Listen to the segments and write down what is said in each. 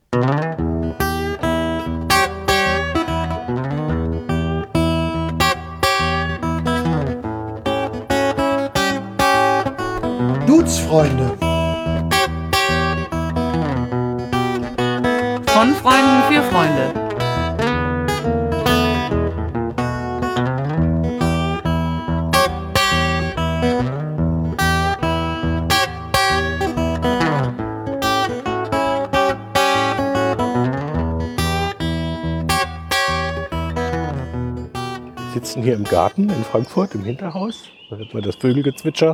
Dudesfreunde. Von Freunden für Freunde. Wir sitzen hier im Garten in Frankfurt, im Hinterhaus. Da hört man das Vögelgezwitscher.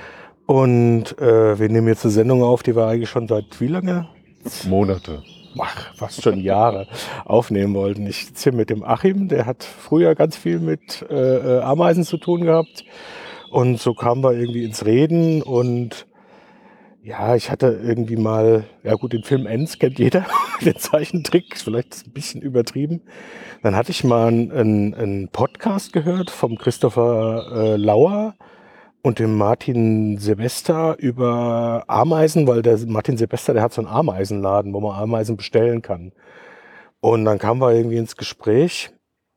Und wir nehmen jetzt eine Sendung auf, die wir eigentlich schon seit wie lange? Monate. Fast schon Jahre aufnehmen wollten. Ich sitze hier mit dem Achim, der hat früher ganz viel mit Ameisen zu tun gehabt. Und so kamen wir irgendwie ins Reden und ja, ich hatte irgendwie mal, ja gut, den Film Ends kennt jeder, den Zeichentrick, vielleicht ein bisschen übertrieben. Dann hatte ich mal einen Podcast gehört vom Christopher Lauer und dem Martin Silvester über Ameisen, weil der Martin Silvester, der hat so einen Ameisenladen, wo man Ameisen bestellen kann. Und dann kamen wir irgendwie ins Gespräch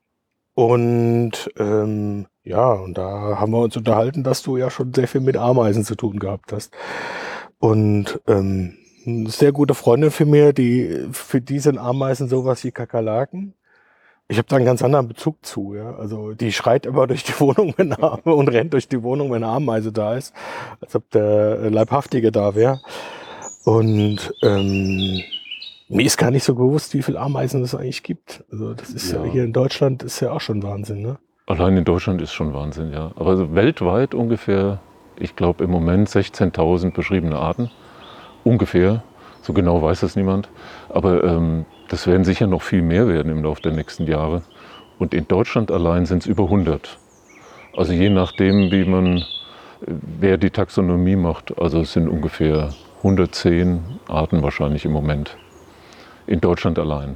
und ja, und da haben wir uns unterhalten, dass du ja schon sehr viel mit Ameisen zu tun gehabt hast. Und eine sehr gute Freundin für die sind Ameisen sowas wie Kakerlaken. Ich habe da einen ganz anderen Bezug zu. Ja? Also die schreit immer durch die Wohnung und rennt durch die Wohnung, wenn eine Ameise da ist, als ob der Leibhaftige da wäre. Und mir ist gar nicht so bewusst, wie viele Ameisen es eigentlich gibt. Also das ist ja hier in Deutschland ist ja auch schon Wahnsinn, ne? Allein in Deutschland ist schon Wahnsinn, ja. Aber also weltweit ungefähr, ich glaube im Moment 16.000 beschriebene Arten. Ungefähr. So genau weiß es niemand. Aber das werden sicher noch viel mehr werden im Laufe der nächsten Jahre. Und in Deutschland allein sind es über 100. Also je nachdem, wer die Taxonomie macht. Also es sind ungefähr 110 Arten wahrscheinlich im Moment. In Deutschland allein.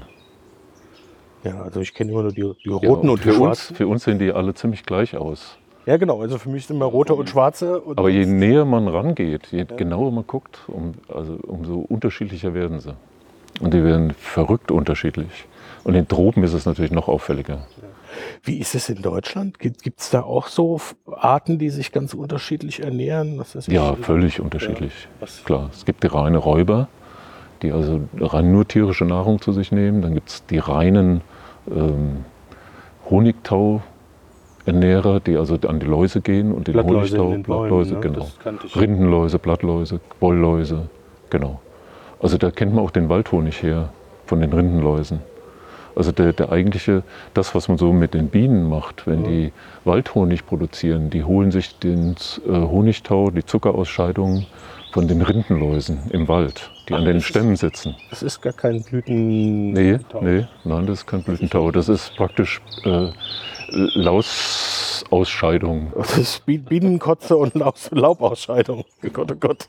Ja, also ich kenne immer nur die roten und die schwarzen. Für uns sehen die alle ziemlich gleich aus. Ja genau, also für mich sind immer rote und schwarze. Und aber je näher man rangeht, je genauer man guckt, umso unterschiedlicher werden sie. Und die werden verrückt unterschiedlich. Und in Tropen ist es natürlich noch auffälliger. Wie ist es in Deutschland? Gibt es da auch so Arten, die sich ganz unterschiedlich ernähren? Ja, völlig unterschiedlich. Klar, es gibt die reine Räuber, die also rein nur tierische Nahrung zu sich nehmen. Dann gibt es die reinen Honigtau-Ernährer, die also an die Läuse gehen und den Honigtau, Blattläuse, genau. Rindenläuse, Blattläuse, Wollläuse, genau. Also da kennt man auch den Waldhonig her, von den Rindenläusen. Also der eigentliche, das was man so mit den Bienen macht, wenn die Waldhonig produzieren, die holen sich den Honigtau, die Zuckerausscheidungen von den Rindenläusen im Wald, die an den Stämmen sitzen. Das ist gar kein Blütentau? Nein, das ist kein Blütentau. Das ist praktisch Lausausscheidung. Das ist Bienenkotze und Laubausscheidung. Gott, oh Gott.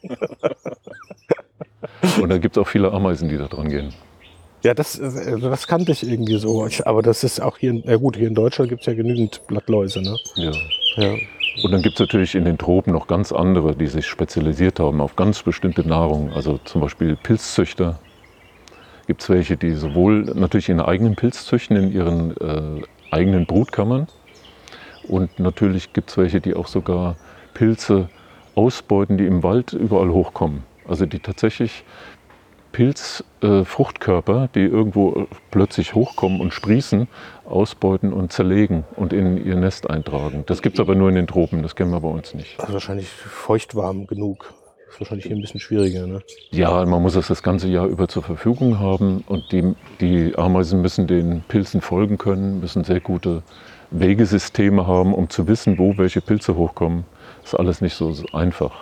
Und da gibt es auch viele Ameisen, die da dran gehen. Ja, das kannte ich irgendwie so. Aber das ist auch hier, hier in Deutschland gibt es ja genügend Blattläuse, ne? Ja. Und dann gibt es natürlich in den Tropen noch ganz andere, die sich spezialisiert haben auf ganz bestimmte Nahrung. Also zum Beispiel Pilzzüchter. Gibt es welche, die sowohl natürlich ihren eigenen Pilz züchten in ihren eigenen Brutkammern. Und natürlich gibt es welche, die auch sogar Pilze ausbeuten, die im Wald überall hochkommen. Also die tatsächlich Pilzfruchtkörper, die irgendwo plötzlich hochkommen und sprießen, ausbeuten und zerlegen und in ihr Nest eintragen. Das gibt es aber nur in den Tropen, das kennen wir bei uns nicht. Also wahrscheinlich feuchtwarm genug. Das ist wahrscheinlich hier ein bisschen schwieriger, ne? Ja, man muss das ganze Jahr über zur Verfügung haben und die Ameisen müssen den Pilzen folgen können, müssen sehr gute Wegesysteme haben, um zu wissen, wo welche Pilze hochkommen. Das ist alles nicht so einfach.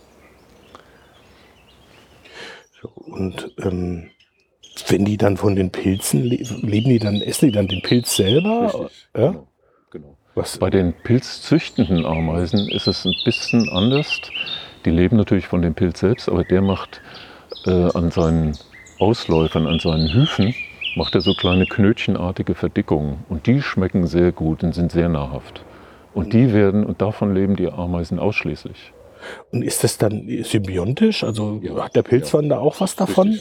Und wenn die dann von den Pilzen essen die dann den Pilz selber? Richtig, ja? Genau. Bei den pilzzüchtenden Ameisen ist es ein bisschen anders. Die leben natürlich von dem Pilz selbst, aber der macht an seinen Ausläufern, an seinen Hyphen, macht er so kleine knötchenartige Verdickungen. Und die schmecken sehr gut und sind sehr nahrhaft. Und davon leben die Ameisen ausschließlich. Und ist das dann symbiontisch? Also hat der Pilzwander auch was davon? Richtig.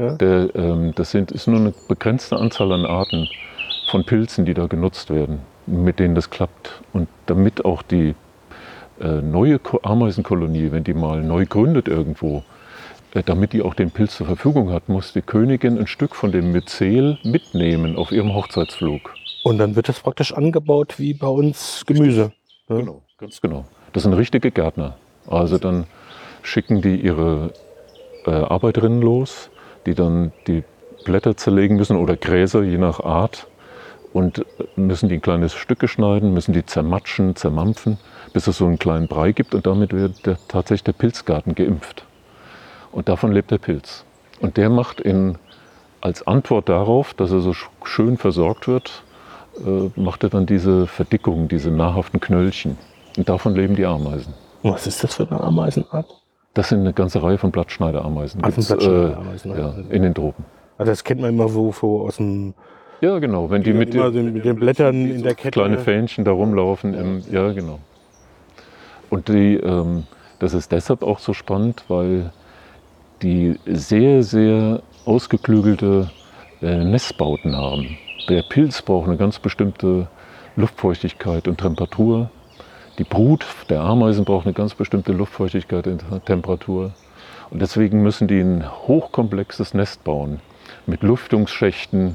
Ja? Das ist nur eine begrenzte Anzahl an Arten von Pilzen, die da genutzt werden, mit denen das klappt. Und damit auch die neue Ameisenkolonie, wenn die mal neu gründet irgendwo, damit die auch den Pilz zur Verfügung hat, muss die Königin ein Stück von dem Myzel mitnehmen auf ihrem Hochzeitsflug. Und dann wird das praktisch angebaut wie bei uns Gemüse. Ja? Genau, ganz genau. Das sind richtige Gärtner. Also dann schicken die ihre Arbeiterinnen los, die dann die Blätter zerlegen müssen oder Gräser, je nach Art. Und müssen die in kleine Stücke schneiden, müssen die zermatschen, zermampfen, bis es so einen kleinen Brei gibt. Und damit wird tatsächlich der Pilzgarten geimpft. Und davon lebt der Pilz. Und der macht als Antwort darauf, dass er so schön versorgt wird, macht er dann diese Verdickung, diese nahrhaften Knöllchen. Und davon leben die Ameisen. Was ist das für eine Ameisenart? Das sind eine ganze Reihe von Blattschneiderameisen. Blattschneiderameisen, ja, in den Tropen. Also das kennt man immer so aus dem... Ja, genau. Wenn die mit den Blättern in der Kette... Kleine Fähnchen da rumlaufen. Ja, genau. Und das ist deshalb auch so spannend, weil die sehr, sehr ausgeklügelte Nestbauten haben. Der Pilz braucht eine ganz bestimmte Luftfeuchtigkeit und Temperatur. Die Brut der Ameisen braucht eine ganz bestimmte Luftfeuchtigkeit und Temperatur. Und deswegen müssen die ein hochkomplexes Nest bauen. Mit Lüftungsschächten,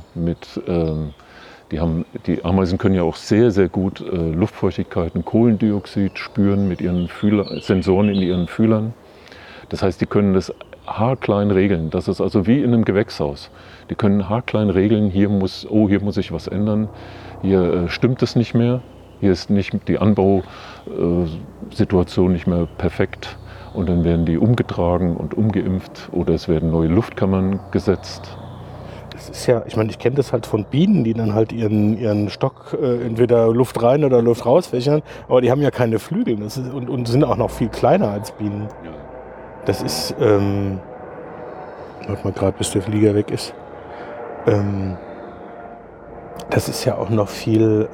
die Ameisen können ja auch sehr, sehr gut Luftfeuchtigkeit und Kohlendioxid spüren mit ihren Sensoren in ihren Fühlern. Das heißt, die können das haarklein regeln. Das ist also wie in einem Gewächshaus. Die können haarklein regeln, hier muss sich was ändern, hier stimmt es nicht mehr, hier ist die Anbausituation nicht mehr perfekt. Und dann werden die umgetragen und umgeimpft oder es werden neue Luftkammern gesetzt. Das ist ja, ich meine, ich kenne das halt von Bienen, die dann halt ihren Stock entweder Luft rein oder Luft raus fächern, aber die haben ja keine Flügel und sind auch noch viel kleiner als Bienen. Das ist, warte mal gerade, bis der Flieger weg ist. Das ist ja auch noch viel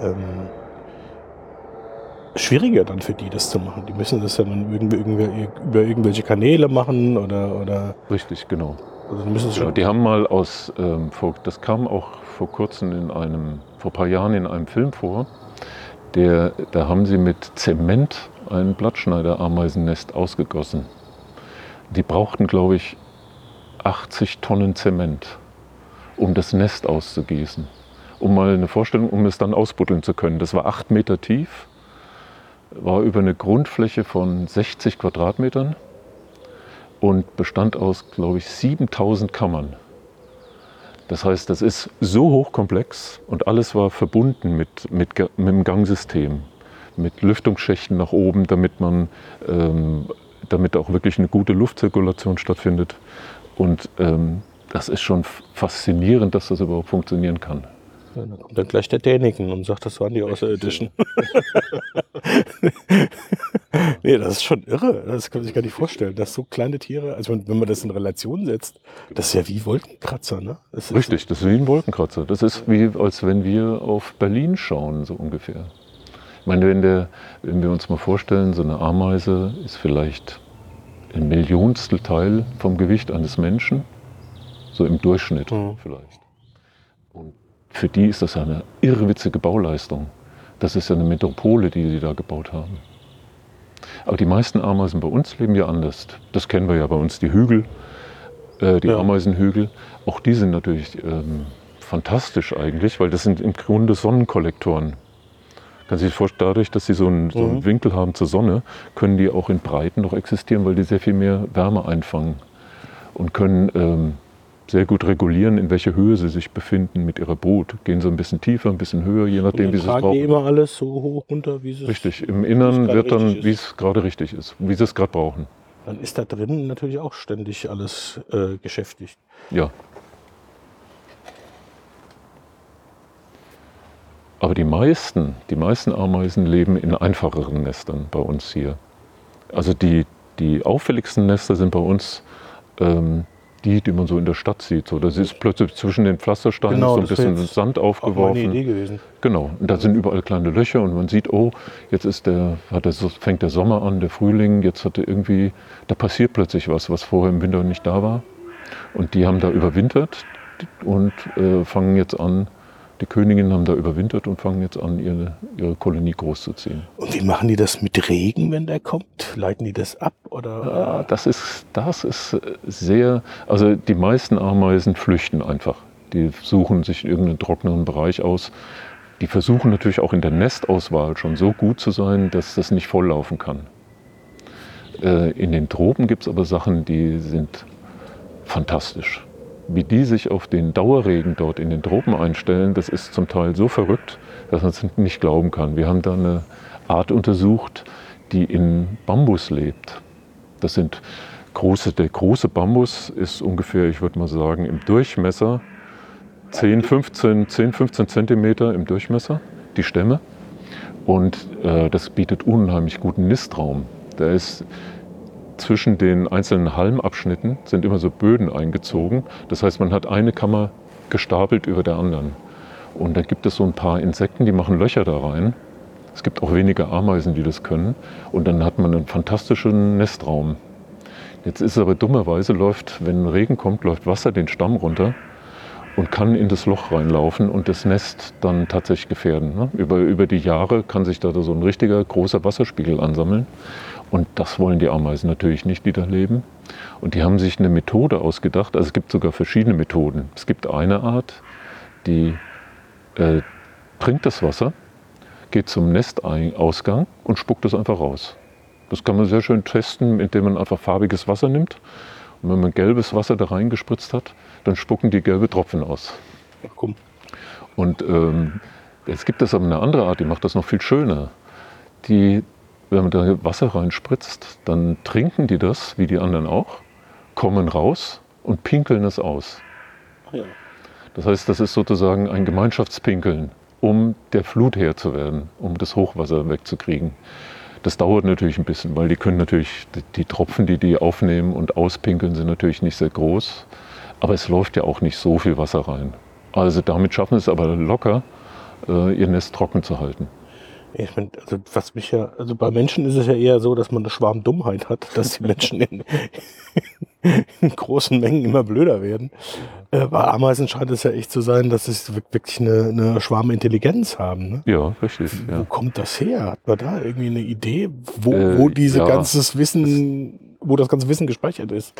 schwieriger dann für die, das zu machen. Die müssen das ja dann über irgendwelche Kanäle machen oder Richtig, genau. Also müssen es schon. Die haben mal das kam auch vor kurzem vor ein paar Jahren in einem Film vor, da haben sie mit Zement ein Blattschneider-Ameisennest ausgegossen. Die brauchten, glaube ich, 80 Tonnen Zement, um das Nest auszugießen. Um mal eine Vorstellung, um es dann ausbuddeln zu können. Das war 8 Meter tief, war über eine Grundfläche von 60 Quadratmetern und bestand aus, glaube ich, 7000 Kammern. Das heißt, das ist so hochkomplex und alles war verbunden mit dem Gangsystem, mit Lüftungsschächten nach oben, damit auch wirklich eine gute Luftzirkulation stattfindet. Und das ist schon faszinierend, dass das überhaupt funktionieren kann. Ja, dann kommt dann gleich der Däniken und sagt, das waren die Außerirdischen. Nee, das ist schon irre. Das kann man sich gar nicht vorstellen, dass so kleine Tiere, also wenn man das in Relation setzt, das ist ja wie Wolkenkratzer, ne? Richtig, das ist wie ein Wolkenkratzer. Das ist wie, als wenn wir auf Berlin schauen, so ungefähr. Ich meine, wenn wir uns mal vorstellen, so eine Ameise ist vielleicht ein Millionstel Teil vom Gewicht eines Menschen, so im Durchschnitt vielleicht. Und für die ist das ja eine irrwitzige Bauleistung. Das ist ja eine Metropole, die sie da gebaut haben. Aber die meisten Ameisen bei uns leben ja anders. Das kennen wir ja bei uns, die Hügel, Ameisenhügel. Auch die sind natürlich fantastisch eigentlich, weil das sind im Grunde Sonnenkollektoren. Kann sich vorstellen, dadurch, dass sie so einen Winkel haben zur Sonne, können die auch in Breiten noch existieren, weil die sehr viel mehr Wärme einfangen und können sehr gut regulieren, in welcher Höhe sie sich befinden mit ihrer Brut. Gehen so ein bisschen tiefer, ein bisschen höher, je nachdem, wie sie es brauchen. Die immer alles so hoch, runter, wie sie es... Richtig, im Innern wird dann, wie es gerade richtig ist, wie sie es gerade brauchen. Dann ist da drin natürlich auch ständig alles geschäftigt. Ja. Aber die meisten Ameisen leben in einfacheren Nestern bei uns hier. Also die auffälligsten Nester sind bei uns die man so in der Stadt sieht. So, das ist plötzlich zwischen den Pflastersteinen so ein bisschen Sand aufgeworfen. Auch meine Idee gewesen. Genau, und da sind überall kleine Löcher und man sieht, oh, jetzt fängt der Sommer an, der Frühling, da passiert plötzlich was vorher im Winter nicht da war. Und die haben da überwintert und fangen jetzt an, die Königinnen haben da überwintert und fangen jetzt an, ihre Kolonie großzuziehen. Und wie machen die das mit Regen, wenn der kommt? Leiten die das ab? Oder? Ja, das ist sehr, also die meisten Ameisen flüchten einfach. Die suchen sich irgendeinen trockenen Bereich aus. Die versuchen natürlich auch in der Nestauswahl schon so gut zu sein, dass das nicht volllaufen kann. In den Tropen gibt es aber Sachen, die sind fantastisch. Wie die sich auf den Dauerregen dort in den Tropen einstellen, das ist zum Teil so verrückt, dass man es nicht glauben kann. Wir haben da eine Art untersucht, die in Bambus lebt. Das sind der große Bambus ist ungefähr, ich würde mal sagen, im Durchmesser 10, 15 Zentimeter im Durchmesser, die Stämme. Und das bietet unheimlich guten Nistraum. Da ist zwischen den einzelnen Halmabschnitten sind immer so Böden eingezogen. Das heißt, man hat eine Kammer gestapelt über der anderen. Und da gibt es so ein paar Insekten, die machen Löcher da rein. Es gibt auch wenige Ameisen, die das können. Und dann hat man einen fantastischen Nestraum. Jetzt ist es aber dummerweise, wenn Regen kommt, läuft Wasser den Stamm runter und kann in das Loch reinlaufen und das Nest dann tatsächlich gefährden. Ne? Über die Jahre kann sich da so ein richtiger großer Wasserspiegel ansammeln. Und das wollen die Ameisen natürlich nicht, die da leben. Und die haben sich eine Methode ausgedacht. Also es gibt sogar verschiedene Methoden. Es gibt eine Art, die trinkt das Wasser, geht zum Nestausgang und spuckt es einfach raus. Das kann man sehr schön testen, indem man einfach farbiges Wasser nimmt. Und wenn man gelbes Wasser da reingespritzt hat, dann spucken die gelbe Tropfen aus. Ja, komm. Und jetzt gibt es aber eine andere Art, die macht das noch viel schöner. Wenn man da Wasser reinspritzt, dann trinken die das, wie die anderen auch, kommen raus und pinkeln es aus. Ach ja. Das heißt, das ist sozusagen ein Gemeinschaftspinkeln, um der Flut Herr zu werden, um das Hochwasser wegzukriegen. Das dauert natürlich ein bisschen, weil die können natürlich, die Tropfen, die aufnehmen und auspinkeln, sind natürlich nicht sehr groß. Aber es läuft ja auch nicht so viel Wasser rein. Also damit schaffen es aber locker, ihr Nest trocken zu halten. Ich meine, also bei Menschen ist es ja eher so, dass man eine Schwarmdummheit hat, dass die Menschen in großen Mengen immer blöder werden. Bei Ameisen scheint es ja echt zu sein, dass sie wirklich eine Schwarmintelligenz haben. Ne? Ja, richtig. Wo Ja. kommt das her? Hat man da irgendwie eine Idee, wo ganzes Wissen, wo das ganze Wissen gespeichert ist?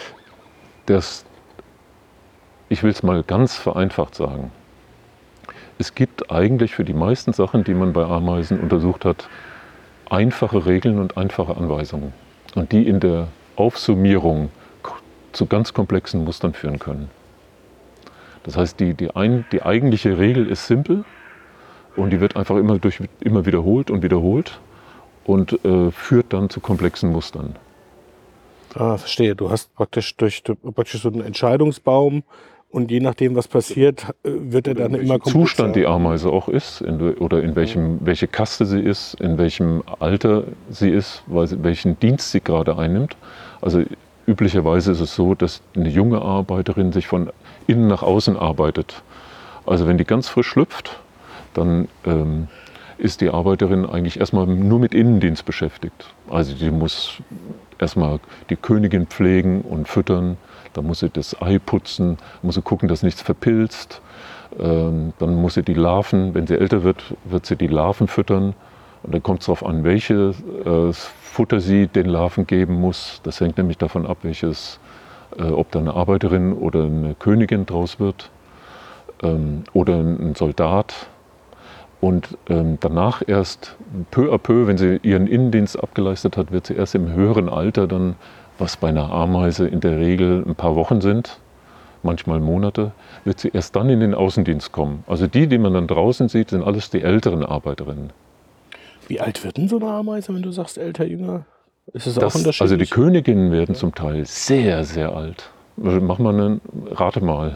Ich will es mal ganz vereinfacht sagen. Es gibt eigentlich für die meisten Sachen, die man bei Ameisen untersucht hat, einfache Regeln und einfache Anweisungen. Und die in der Aufsummierung zu ganz komplexen Mustern führen können. Das heißt, die eigentliche Regel ist simpel und die wird einfach immer wiederholt und führt dann zu komplexen Mustern. Ah, verstehe. Du hast praktisch so einen Entscheidungsbaum und je nachdem, was passiert, wird er dann immer komplexer. Zustand die Ameise auch ist oder in welche Kaste sie ist, in welchem Alter sie ist, welchen Dienst sie gerade einnimmt. Also üblicherweise ist es so, dass eine junge Arbeiterin sich von innen nach außen arbeitet. Also wenn die ganz frisch schlüpft, dann ist die Arbeiterin eigentlich erstmal nur mit Innendienst beschäftigt. Also die muss erstmal die Königin pflegen und füttern, dann muss sie das Ei putzen, muss sie gucken, dass nichts verpilzt. Dann muss sie die Larven, wenn sie älter wird, wird sie die Larven füttern. Und dann kommt es darauf an, welches Futter sie den Larven geben muss. Das hängt nämlich davon ab, ob da eine Arbeiterin oder eine Königin draus wird oder ein Soldat. Und danach erst peu à peu, wenn sie ihren Innendienst abgeleistet hat, wird sie erst im höheren Alter dann, was bei einer Ameise in der Regel ein paar Wochen sind, manchmal Monate, wird sie erst dann in den Außendienst kommen. Also die man dann draußen sieht, sind alles die älteren Arbeiterinnen. Wie alt wird denn so eine Ameise, wenn du sagst älter, jünger? Ist es auch unterschiedlich? Also die Königinnen werden zum Teil sehr, sehr alt. Rate mal.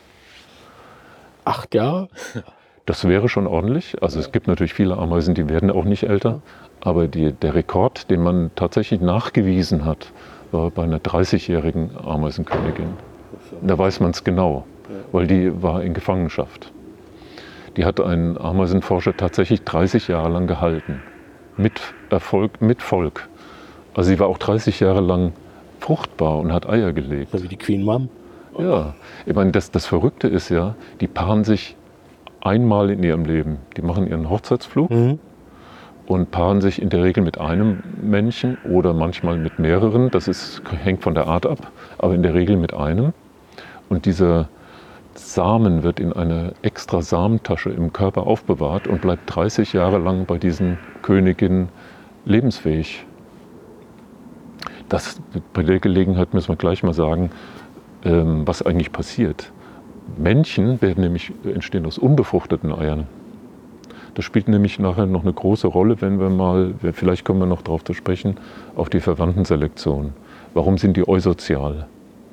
8 Jahre? Das wäre schon ordentlich. Also es gibt natürlich viele Ameisen, die werden auch nicht älter. Aber der Rekord, den man tatsächlich nachgewiesen hat, war bei einer 30-jährigen Ameisenkönigin. Da weiß man es genau, weil die war in Gefangenschaft. Die hat ein Ameisenforscher tatsächlich 30 Jahre lang gehalten. Mit Erfolg, mit Volk. Also sie war auch 30 Jahre lang fruchtbar und hat Eier gelegt. So wie die Queen Mom. Ja, ich meine, das Verrückte ist ja, die paaren sich einmal in ihrem Leben. Die machen ihren Hochzeitsflug und paaren sich in der Regel mit einem Männchen oder manchmal mit mehreren. Hängt von der Art ab, aber in der Regel mit einem. Und dieser Samen wird in einer extra Samentasche im Körper aufbewahrt und bleibt 30 Jahre lang bei diesen Königinnen lebensfähig. Bei der Gelegenheit müssen wir gleich mal sagen, was eigentlich passiert. Männchen entstehen aus unbefruchteten Eiern. Das spielt nämlich nachher noch eine große Rolle, vielleicht kommen wir noch darauf zu sprechen, auf die Verwandtenselektion. Warum sind die eusozial?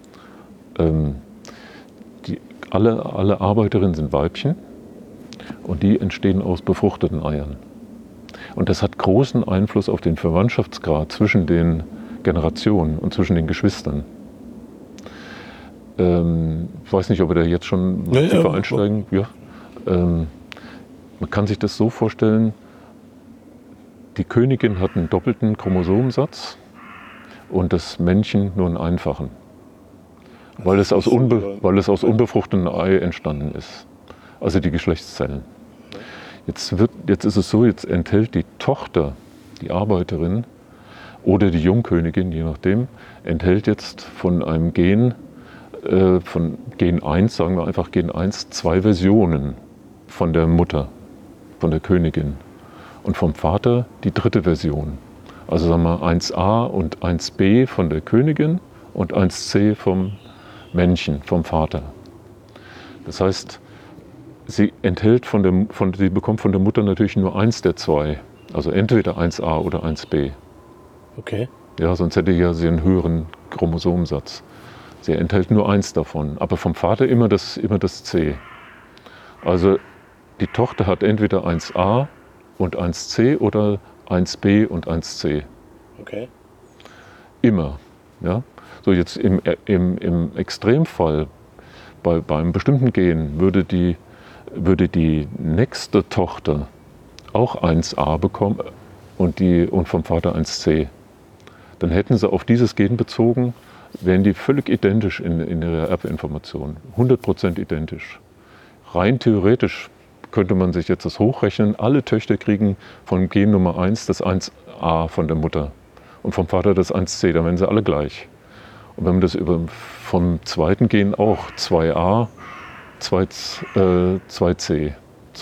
Alle Arbeiterinnen sind Weibchen und die entstehen aus befruchteten Eiern. Und das hat großen Einfluss auf den Verwandtschaftsgrad zwischen den Generationen und zwischen den Geschwistern. Ich weiß nicht, ob wir da jetzt schon tiefer einsteigen. Ja. Man kann sich das so vorstellen, die Königin hat einen doppelten Chromosomensatz und das Männchen nur einen einfachen. Weil es aus unbefruchteten Ei entstanden ist. Also die Geschlechtszellen. Jetzt ist es so, jetzt enthält die Tochter, die Arbeiterin oder die Jungkönigin, je nachdem, enthält jetzt von einem Gen, von Gen 1, sagen wir einfach Gen 1, 2 Versionen von der Mutter, von der Königin. Und vom Vater die 3. Version. Also sagen wir 1a und 1b von der Königin und 1c vom Männchen, vom Vater. Das heißt, sie bekommt von der Mutter natürlich nur eins der 2. Also entweder 1a oder 1b. Okay. Ja, sonst hätte sie einen höheren Chromosomensatz. Sie enthält nur eins davon, aber vom Vater immer das C. Also die Tochter hat entweder 1a und 1c oder 1b und 1c. Okay. Immer. Ja? So, jetzt im Extremfall, bei einem bestimmten Gen, würde die nächste Tochter auch 1a bekommen und vom Vater 1c. Dann hätten sie auf dieses Gen bezogen, wären die völlig identisch in ihrer Erbinformation. 100% identisch. Rein theoretisch könnte man sich jetzt das hochrechnen. Alle Töchter kriegen von Gen Nummer 1 das 1a von der Mutter und vom Vater das 1c. Dann wären sie alle gleich. Und wenn man das vom zweiten Gen auch 2a, 2c,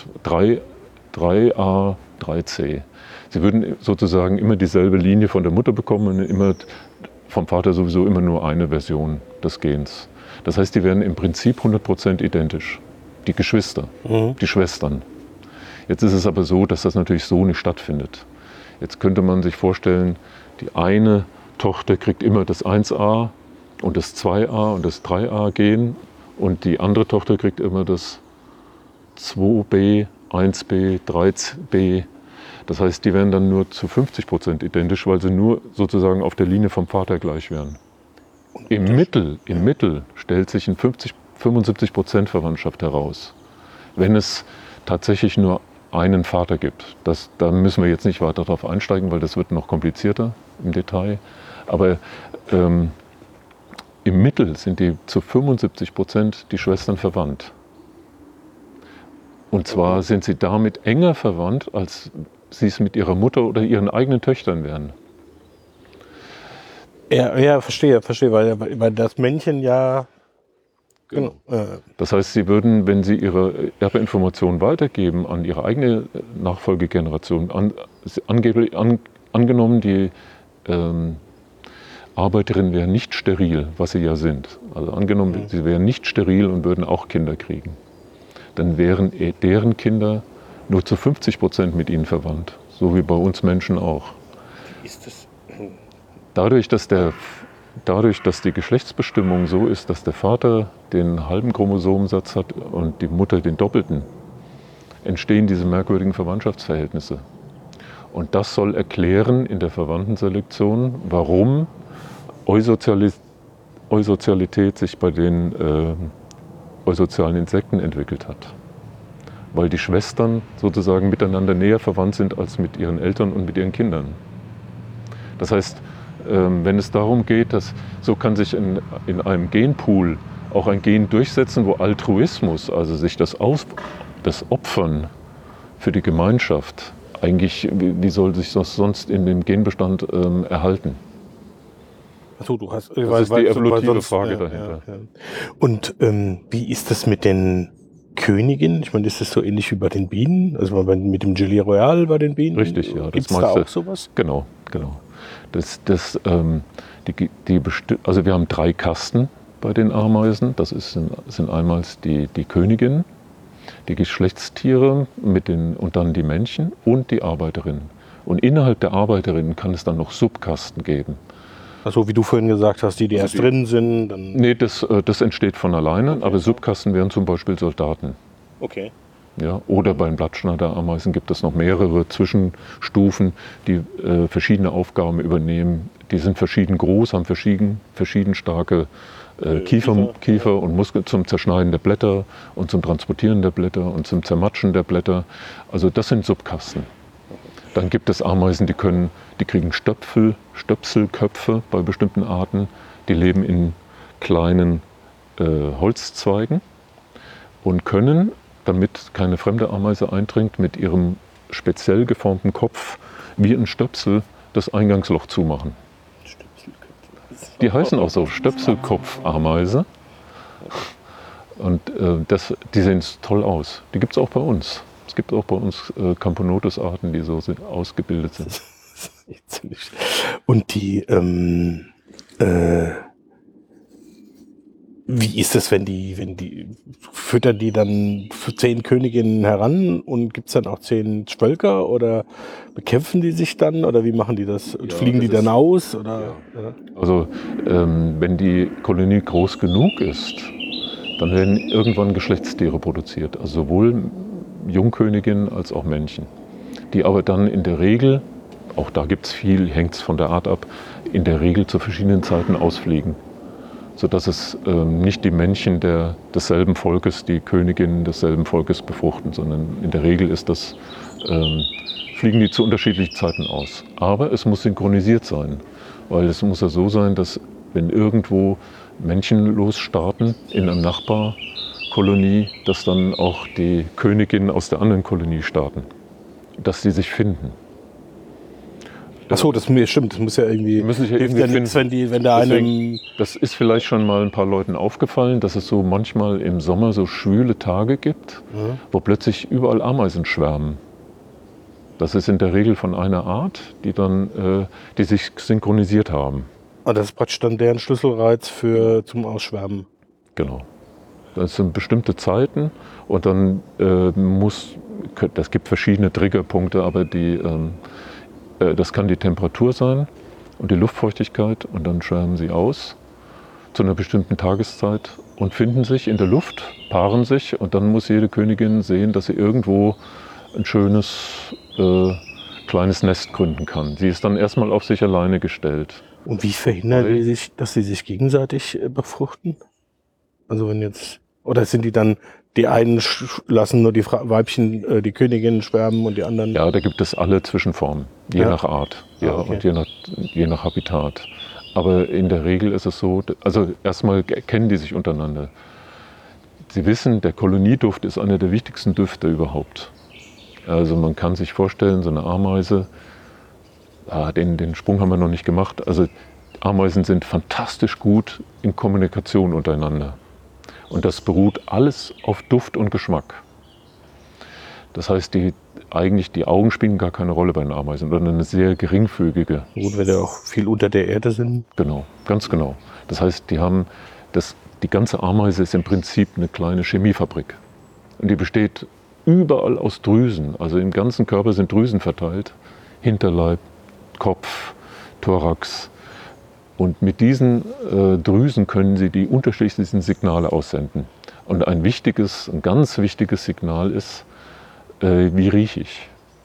3a, 3c. Sie würden sozusagen immer dieselbe Linie von der Mutter bekommen und immer vom Vater sowieso immer nur eine Version des Gens. Das heißt, die wären im Prinzip 100% identisch. Die Geschwister, die Schwestern. Jetzt ist es aber so, dass das natürlich so nicht stattfindet. Jetzt könnte man sich vorstellen, die eine Tochter kriegt immer das 1a und das 2a und das 3a Gen und die andere Tochter kriegt immer das 2b, 1b, 3b. Das heißt, die wären dann nur zu 50% identisch, weil sie nur sozusagen auf der Linie vom Vater gleich wären. Im Mittel stellt sich eine 75% Verwandtschaft heraus, wenn es tatsächlich nur einen Vater gibt. Da müssen wir jetzt nicht weiter darauf einsteigen, weil das wird noch komplizierter im Detail. Aber im Mittel sind die zu 75% die Schwestern verwandt. Und zwar sind sie damit enger verwandt, als sie es mit ihrer Mutter oder ihren eigenen Töchtern wären. Ja, verstehe, weil das Männchen ja... Genau. Das heißt, sie würden, wenn sie ihre Erbinformation weitergeben an ihre eigene Nachfolgegeneration, angenommen, die Arbeiterinnen wären nicht steril, was sie ja sind. Also angenommen, sie wären nicht steril und würden auch Kinder kriegen. Dann wären deren Kinder nur zu 50% mit ihnen verwandt. So wie bei uns Menschen auch. Ist das? Dadurch, dass die Geschlechtsbestimmung so ist, dass der Vater den halben Chromosomensatz hat und die Mutter den doppelten, entstehen diese merkwürdigen Verwandtschaftsverhältnisse. Und das soll erklären in der Verwandtenselektion, warum Eusozialität sich bei den eusozialen Insekten entwickelt hat. Weil die Schwestern sozusagen miteinander näher verwandt sind als mit ihren Eltern und mit ihren Kindern. Das heißt, wenn es darum geht, so kann sich in einem Genpool auch ein Gen durchsetzen, wo Altruismus, also sich das Opfern für die Gemeinschaft, eigentlich, wie soll sich das sonst in dem Genbestand erhalten? Achso, du hast. Das ist die evolutive Frage dahinter. Ja. Und wie ist das mit den Königinnen? Ich meine, ist das so ähnlich wie bei den Bienen? Also mit dem Gelée Royale bei den Bienen? Richtig, ja. Gibt es da auch sowas? Genau. Also wir haben 3 Kasten bei den Ameisen. Das sind einmal die Königinnen, die Geschlechtstiere und dann die Männchen und die Arbeiterinnen. Und innerhalb der Arbeiterinnen kann es dann noch Subkasten geben. Also wie du vorhin gesagt hast, die erst drin sind. Dann Nee, das entsteht von alleine, okay. Aber Subkasten wären zum Beispiel Soldaten. Okay. Ja, oder bei den Blattschneiderameisen gibt es noch mehrere Zwischenstufen, die verschiedene Aufgaben übernehmen. Die sind verschieden groß, haben verschieden starke Kiefer und Muskeln zum Zerschneiden der Blätter und zum Transportieren der Blätter und zum Zermatschen der Blätter. Also das sind Subkasten. Dann gibt es Ameisen, die kriegen Stöpselköpfe bei bestimmten Arten. Die leben in kleinen Holzzweigen und können, damit keine fremde Ameise eindringt, mit ihrem speziell geformten Kopf wie ein Stöpsel das Eingangsloch zumachen. Die heißen auch so Stöpselkopfameise. Und die sehen toll aus. Die gibt es auch bei uns. Es gibt auch bei uns Camponotus-Arten, die so ausgebildet sind. Und die, wie ist es, wenn die füttern die dann 10 Königinnen heran und gibt es dann auch 10 Zwölker oder bekämpfen die sich dann oder wie machen die das? Und fliegen die dann aus? Oder? Ja. Also wenn die Kolonie groß genug ist, dann werden irgendwann Geschlechtstiere produziert, also sowohl Jungköniginnen als auch Männchen, die aber dann in der Regel, auch da gibt es viel, hängt es von der Art ab, in der Regel zu verschiedenen Zeiten ausfliegen, sodass es nicht die Männchen desselben Volkes, die Königinnen desselben Volkes befruchten, sondern in der Regel fliegen die zu unterschiedlichen Zeiten aus. Aber es muss synchronisiert sein, weil es muss ja so sein, dass wenn irgendwo Männchen losstarten in einer Nachbarkolonie, dass dann auch die Königinnen aus der anderen Kolonie starten, dass sie sich finden. Achso, das stimmt, das muss ja irgendwie. Müssen sich ja irgendwie finden. Wenn da einem. Das ist vielleicht schon mal ein paar Leuten aufgefallen, dass es so manchmal im Sommer so schwüle Tage gibt, wo plötzlich überall Ameisen schwärmen. Das ist in der Regel von einer Art, die sich synchronisiert haben. Ah, das ist praktisch dann deren Schlüsselreiz zum Ausschwärmen. Genau. Das sind bestimmte Zeiten und dann das gibt verschiedene Triggerpunkte, aber das kann die Temperatur sein und die Luftfeuchtigkeit und dann schwärmen sie aus zu einer bestimmten Tageszeit und finden sich in der Luft, paaren sich und dann muss jede Königin sehen, dass sie irgendwo ein schönes kleines Nest gründen kann. Sie ist dann erstmal auf sich alleine gestellt. Und wie verhindern die sich, dass sie sich gegenseitig befruchten? Also wenn jetzt, oder sind die dann, die einen lassen nur die Weibchen, die Königinnen schwärmen und die anderen? Ja, da gibt es alle Zwischenformen, je nach Art und je nach Habitat. Aber in der Regel ist es so, also erstmal kennen die sich untereinander. Sie wissen, der Kolonieduft ist einer der wichtigsten Düfte überhaupt. Also man kann sich vorstellen, so eine Ameise, den Sprung haben wir noch nicht gemacht. Also Ameisen sind fantastisch gut in Kommunikation untereinander. Und das beruht alles auf Duft und Geschmack. Das heißt, die Augen spielen gar keine Rolle bei den Ameisen, sondern eine sehr geringfügige. Gut, wenn die auch viel unter der Erde sind. Genau, ganz genau. Das heißt, die ganze Ameise ist im Prinzip eine kleine Chemiefabrik. Und die besteht überall aus Drüsen. Also im ganzen Körper sind Drüsen verteilt. Hinterleib, Kopf, Thorax. Und mit diesen Drüsen können sie die unterschiedlichsten Signale aussenden. Und ein ganz wichtiges Signal ist, wie rieche ich?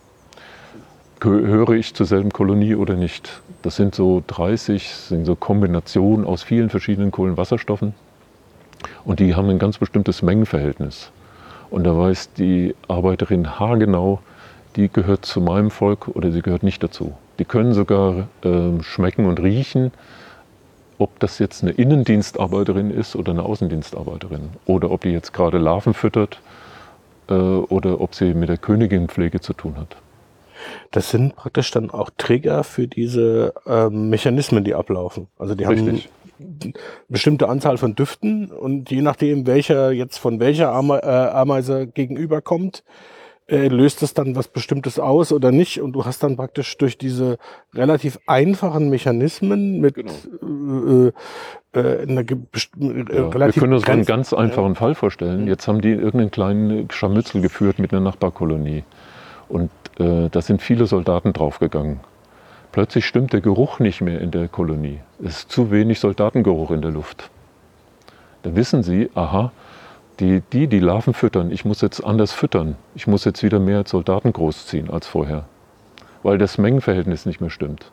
Höre ich zur selben Kolonie oder nicht? Das sind so Kombinationen aus vielen verschiedenen Kohlenwasserstoffen. Und die haben ein ganz bestimmtes Mengenverhältnis. Und da weiß die Arbeiterin haargenau, die gehört zu meinem Volk oder sie gehört nicht dazu. Die können sogar schmecken und riechen, ob das jetzt eine Innendienstarbeiterin ist oder eine Außendienstarbeiterin. Oder ob die jetzt gerade Larven füttert oder ob sie mit der Königinpflege zu tun hat. Das sind praktisch dann auch Trigger für diese Mechanismen, die ablaufen. Also die haben Richtig. eine bestimmte Anzahl von Düften und je nachdem, welcher jetzt von welcher Ameise gegenüberkommt, löst es dann was Bestimmtes aus oder nicht. Und du hast dann praktisch durch diese relativ einfachen Mechanismen mit einer Wir können uns einen ganz einfachen Fall vorstellen. Jetzt haben die irgendeinen kleinen Scharmützel geführt mit einer Nachbarkolonie. Und da sind viele Soldaten draufgegangen. Plötzlich stimmt der Geruch nicht mehr in der Kolonie. Es ist zu wenig Soldatengeruch in der Luft. Da wissen sie, aha, die Larven füttern, ich muss jetzt anders füttern. Ich muss jetzt wieder mehr Soldaten großziehen als vorher. Weil das Mengenverhältnis nicht mehr stimmt.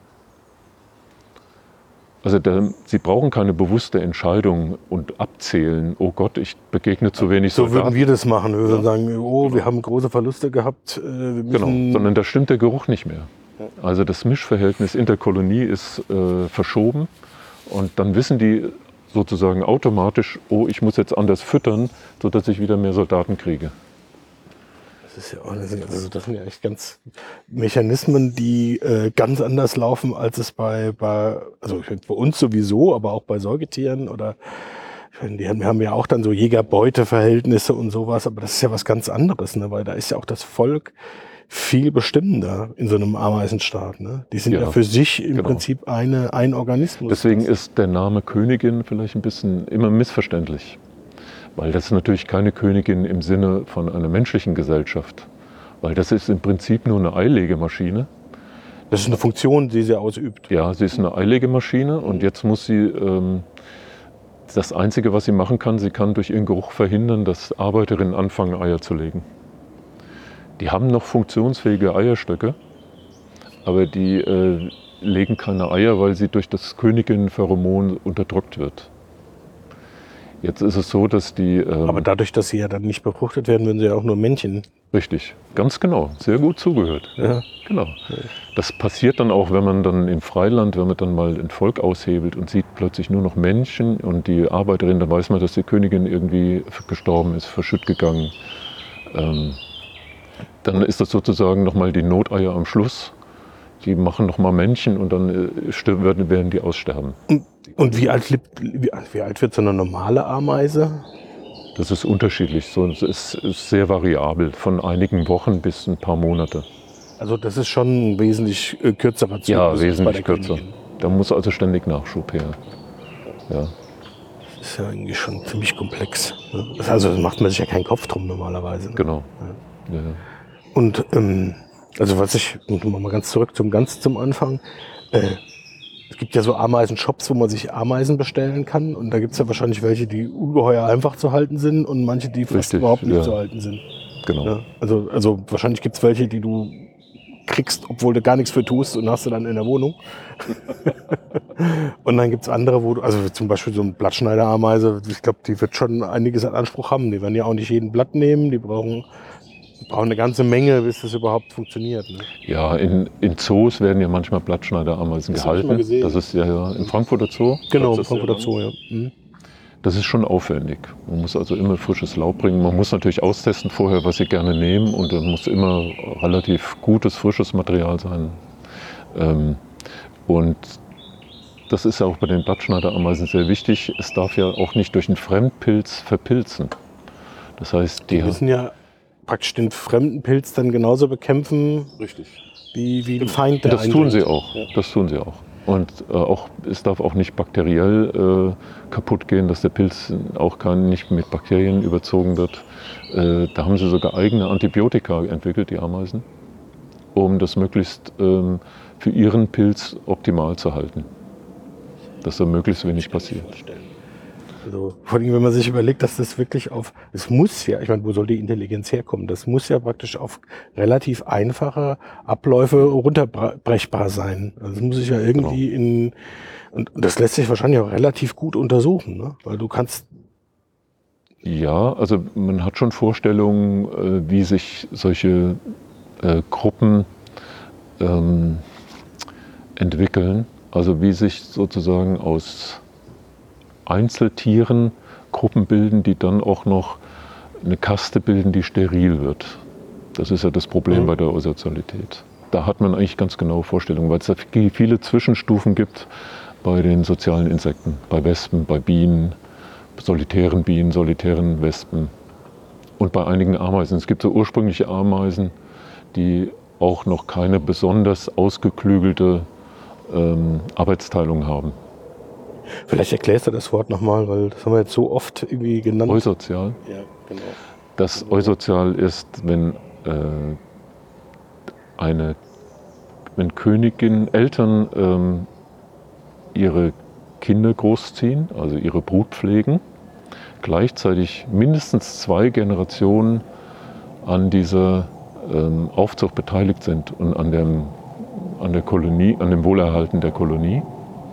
Also sie brauchen keine bewusste Entscheidung und abzählen, oh Gott, ich begegne zu wenig So Soldaten. würden wir das machen. Wir würden sagen, oh, wir haben große Verluste gehabt. Wir müssen Sondern da stimmt der Geruch nicht mehr. Also das Mischverhältnis in der Kolonie ist verschoben und dann wissen die sozusagen automatisch, oh, ich muss jetzt anders füttern, sodass ich wieder mehr Soldaten kriege. Das ist ja auch, das sind ja echt ganz Mechanismen, die ganz anders laufen, als es bei uns sowieso, aber auch bei Säugetieren oder wir haben ja auch dann so Jäger-Beute-Verhältnisse und sowas, aber das ist ja was ganz anderes, ne? Weil da ist ja auch das Volk viel bestimmender in so einem Ameisenstaat. Ne? Die sind ja für sich im Prinzip ein Organismus. Deswegen ist der Name Königin vielleicht ein bisschen immer missverständlich. Weil das ist natürlich keine Königin im Sinne von einer menschlichen Gesellschaft. Weil das ist im Prinzip nur eine Eilegemaschine. Das ist eine Funktion, die sie ausübt. Ja, sie ist eine Eilegemaschine und jetzt muss sie, das Einzige, was sie machen kann, sie kann durch ihren Geruch verhindern, dass Arbeiterinnen anfangen, Eier zu legen. Die haben noch funktionsfähige Eierstöcke, aber die legen keine Eier, weil sie durch das Königinnenpheromon unterdrückt wird. Jetzt ist es so, dass die... aber dadurch, dass sie ja dann nicht befruchtet werden, würden sie ja auch nur Männchen. Richtig, ganz genau, sehr gut zugehört. Ja. Genau. Das passiert dann auch, wenn man dann im Freiland, wenn man dann mal ein Volk aushebelt und sieht plötzlich nur noch Männchen und die Arbeiterin, dann weiß man, dass die Königin irgendwie gestorben ist, verschütt gegangen. Dann ist das sozusagen nochmal die Noteier am Schluss. Die machen nochmal Männchen und dann werden die aussterben. Und wie alt wird so eine normale Ameise? Das ist unterschiedlich. Es ist sehr variabel, von einigen Wochen bis ein paar Monate. Also das ist schon ein wesentlich kürzerer Zyklus. Ja, wesentlich bei der kürzer. Königin. Da muss also ständig Nachschub her. Ja. Das ist ja eigentlich schon ziemlich komplex. Ne? Also da macht man sich ja keinen Kopf drum normalerweise. Ne? Genau. Ja. Und also mal ganz zurück zum Anfang. Es gibt ja so Ameisen-Shops, wo man sich Ameisen bestellen kann. Und da gibt es ja wahrscheinlich welche, die ungeheuer einfach zu halten sind und manche, die fast überhaupt nicht zu halten sind. Genau. Ja, also wahrscheinlich gibt es welche, die du kriegst, obwohl du gar nichts für tust und hast du dann in der Wohnung. Und dann gibt es andere, wo du, also zum Beispiel so ein Blattschneiderameise, ich glaube, die wird schon einiges an Anspruch haben. Die werden ja auch nicht jeden Blatt nehmen, die brauchen eine ganze Menge, bis das überhaupt funktioniert. Ne? Ja, in Zoos werden ja manchmal Blattschneiderameisen gehalten. Das ist ja im Frankfurter Zoo. Genau, im Frankfurter Zoo, ja. Mhm. Das ist schon aufwendig. Man muss also immer frisches Laub bringen. Man muss natürlich austesten vorher, was sie gerne nehmen. Und dann muss immer relativ gutes, frisches Material sein. Und das ist ja auch bei den Blattschneiderameisen sehr wichtig. Es darf ja auch nicht durch einen Fremdpilz verpilzen. Das heißt, die müssen ja praktisch den fremden Pilz dann genauso bekämpfen, richtig, wie den Feind, der das tun sie auch. Ja. Das tun sie auch. Und es darf auch nicht bakteriell kaputt gehen, dass der Pilz auch nicht mit Bakterien überzogen wird. Da haben sie sogar eigene Antibiotika entwickelt, die Ameisen, um das möglichst für ihren Pilz optimal zu halten. Dass da möglichst wenig passiert. Also, vor allem, wenn man sich überlegt, dass das wirklich es muss ja, ich meine, wo soll die Intelligenz herkommen? Das muss ja praktisch auf relativ einfache Abläufe runterbrechbar sein. Also es muss sich ja irgendwie und das lässt sich wahrscheinlich auch relativ gut untersuchen, ne? Weil du kannst... Ja, also man hat schon Vorstellungen, wie sich solche Gruppen entwickeln. Also wie sich sozusagen aus Einzeltieren Gruppen bilden, die dann auch noch eine Kaste bilden, die steril wird. Das ist ja das Problem bei der Eusozialität. Da hat man eigentlich ganz genaue Vorstellungen, weil es da viele Zwischenstufen gibt bei den sozialen Insekten, bei Wespen, bei Bienen, solitären Wespen und bei einigen Ameisen. Es gibt so ursprüngliche Ameisen, die auch noch keine besonders ausgeklügelte Arbeitsteilung haben. Vielleicht erklärst du das Wort nochmal, weil das haben wir jetzt so oft irgendwie genannt. Eusozial. Ja, genau. Das Eusozial ist, wenn Eltern ihre Kinder großziehen, also ihre Brut pflegen, gleichzeitig mindestens 2 Generationen an dieser Aufzucht beteiligt sind und an der Kolonie, an dem Wohlerhalten der Kolonie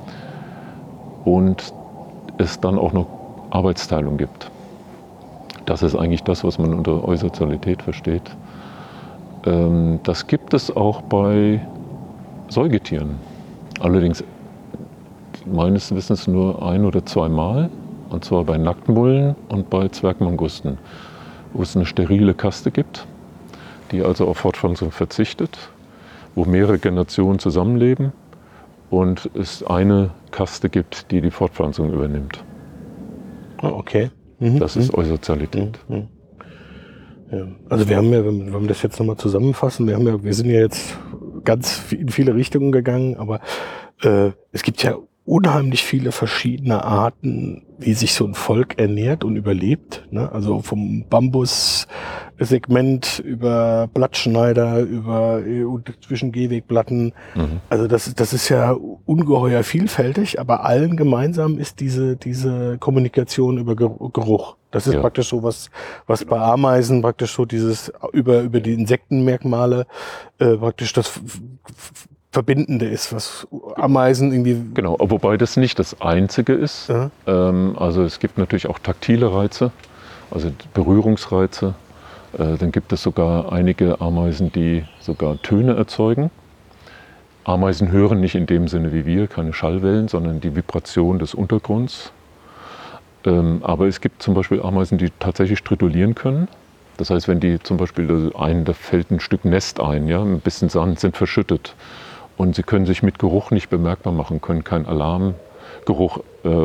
und es dann auch noch Arbeitsteilung gibt. Das ist eigentlich das, was man unter Eusozialität versteht. Das gibt es auch bei Säugetieren. Allerdings meines Wissens nur 1 oder 2 Mal. Und zwar bei Nacktmullen und bei Zwergmangusten, wo es eine sterile Kaste gibt, die also auf Fortpflanzung verzichtet, wo mehrere Generationen zusammenleben und es eine Kaste gibt, die die Fortpflanzung übernimmt. Ah, okay. Das ist Eusozialität. Ja. Also wir haben ja, wenn wir das jetzt nochmal zusammenfassen, wir sind ja jetzt ganz in viele Richtungen gegangen, aber es gibt ja unheimlich viele verschiedene Arten, wie sich so ein Volk ernährt und überlebt. Ne? Also vom Bambussegment über Blattschneider, über zwischen Gehwegplatten. Also das ist ja ungeheuer vielfältig, aber allen gemeinsam ist diese Kommunikation über Geruch. Das ist praktisch so was bei Ameisen praktisch so dieses über die Insektenmerkmale praktisch das Verbindende ist, was Ameisen irgendwie... Genau, wobei das nicht das Einzige ist. Ja. Also es gibt natürlich auch taktile Reize, also Berührungsreize. Dann gibt es sogar einige Ameisen, die sogar Töne erzeugen. Ameisen hören nicht in dem Sinne wie wir, keine Schallwellen, sondern die Vibration des Untergrunds. Aber es gibt zum Beispiel Ameisen, die tatsächlich stridulieren können. Das heißt, wenn die zum Beispiel da fällt ein Stück Nest ein, ja, ein bisschen Sand, sind verschüttet. Und sie können sich mit Geruch nicht bemerkbar machen, können keinen Alarmgeruch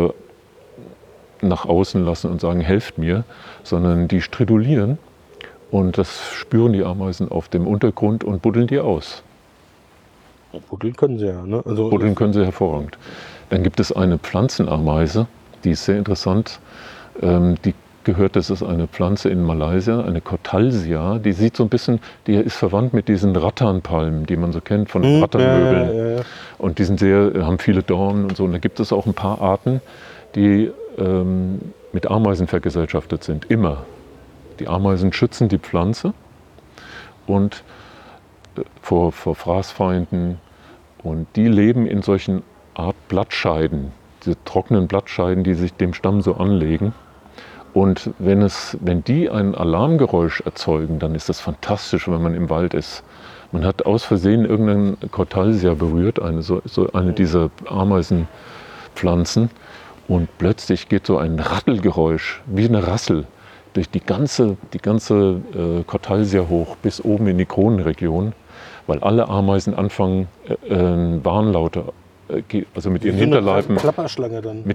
nach außen lassen und sagen, helft mir, sondern die stridulieren und das spüren die Ameisen auf dem Untergrund und buddeln die aus. Buddeln können sie ja, ne? Also buddeln können sie hervorragend. Dann gibt es eine Pflanzenameise, die ist sehr interessant. Das ist eine Pflanze in Malaysia, eine Cortalsia, die sieht so ein bisschen, die ist verwandt mit diesen Rattanpalmen, die man so kennt von Rattanmöbeln. Ja. Und die haben viele Dornen und so. Und da gibt es auch ein paar Arten, die mit Ameisen vergesellschaftet sind, immer. Die Ameisen schützen die Pflanze und vor Fraßfeinden. Und die leben in solchen Art Blattscheiden, diese trockenen Blattscheiden, die sich dem Stamm so anlegen. Und wenn die ein Alarmgeräusch erzeugen, dann ist das fantastisch, wenn man im Wald ist. Man hat aus Versehen irgendeinen Cortalsia berührt, eine dieser Ameisenpflanzen, und plötzlich geht so ein Rattelgeräusch, wie eine Rassel, durch die ganze Cortalsia hoch bis oben in die Kronenregion, weil alle Ameisen anfangen, Warnlaute, also mit ihren Hinterleiben, Klapperschlange dann.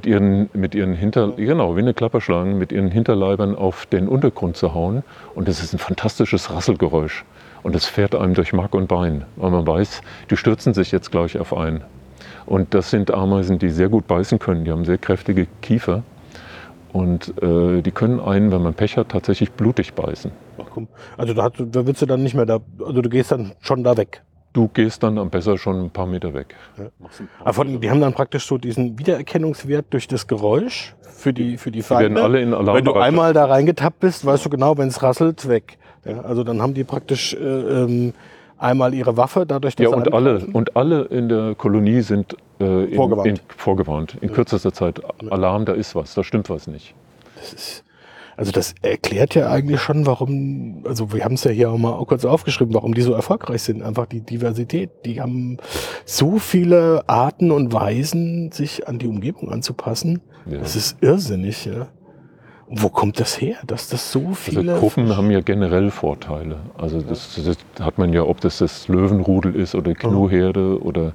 Genau, wie eine Klapperschlange, mit ihren Hinterleibern auf den Untergrund zu hauen. Und das ist ein fantastisches Rasselgeräusch. Und das fährt einem durch Mark und Bein, weil man weiß, die stürzen sich jetzt gleich auf einen. Und das sind Ameisen, die sehr gut beißen können. Die haben sehr kräftige Kiefer. Und die können einen, wenn man Pech hat, tatsächlich blutig beißen. Ach komm. Also da willst du dann nicht mehr also du gehst dann schon da weg. Du gehst dann am besser schon ein paar Meter weg. Ja. Aber die haben dann praktisch so diesen Wiedererkennungswert durch das Geräusch für die Feinde. Die werden alle in Alarm. Wenn du einmal da reingetappt bist, weißt du genau, wenn es rasselt, weg. Ja, also dann haben die praktisch einmal ihre Waffe, dadurch, dass und alle in der Kolonie sind vorgewarnt. In kürzester Zeit Alarm, da ist was, da stimmt was nicht. Das erklärt ja eigentlich schon, warum, also wir haben es ja hier auch mal kurz aufgeschrieben, warum die so erfolgreich sind. Einfach die Diversität. Die haben so viele Arten und Weisen, sich an die Umgebung anzupassen. Ja. Das ist irrsinnig, ja. Und wo kommt das her, dass das so viele... Also Gruppen haben ja generell Vorteile. Also das hat man ja, ob das Löwenrudel ist oder Gnuherde oder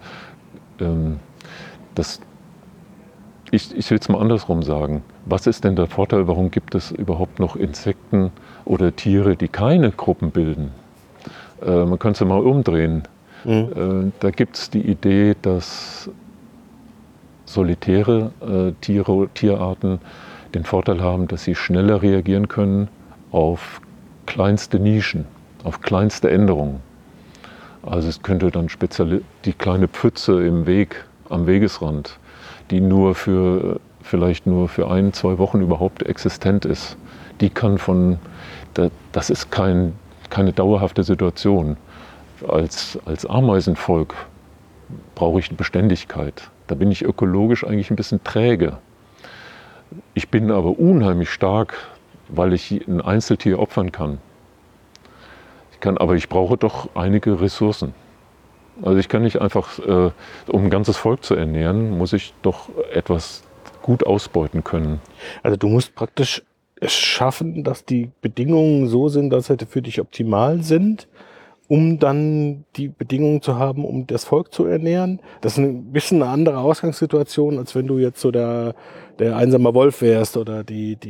ich will es mal andersrum sagen. Was ist denn der Vorteil, warum gibt es überhaupt noch Insekten oder Tiere, die keine Gruppen bilden? Man könnte es mal umdrehen. Da gibt es die Idee, dass solitäre Tierarten den Vorteil haben, dass sie schneller reagieren können auf kleinste Nischen, auf kleinste Änderungen. Also es könnte dann speziell die kleine Pfütze im Weg, am Wegesrand, die vielleicht nur für 1-2 Wochen überhaupt existent ist, die kann das ist keine dauerhafte Situation. Als Ameisenvolk brauche ich Beständigkeit. Da bin ich ökologisch eigentlich ein bisschen träge. Ich bin aber unheimlich stark, weil ich ein Einzeltier opfern kann. Aber ich brauche doch einige Ressourcen. Also ich kann nicht einfach, um ein ganzes Volk zu ernähren, muss ich doch etwas gut ausbeuten können. Also du musst praktisch es schaffen, dass die Bedingungen so sind, dass sie für dich optimal sind, um dann die Bedingungen zu haben, um das Volk zu ernähren. Das ist ein bisschen eine andere Ausgangssituation, als wenn du jetzt so der einsame Wolf wärst oder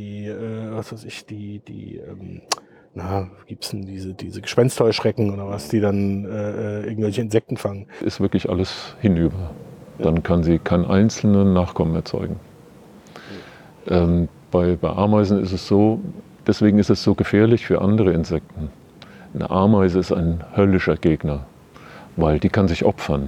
gibt's denn diese Gespensterheuschrecken oder was, die dann irgendwelche Insekten fangen. Ist wirklich alles hinüber. Dann kann sie keinen einzelnen Nachkommen erzeugen. Bei Ameisen ist es so, deswegen ist es so gefährlich für andere Insekten. Eine Ameise ist ein höllischer Gegner, weil die kann sich opfern.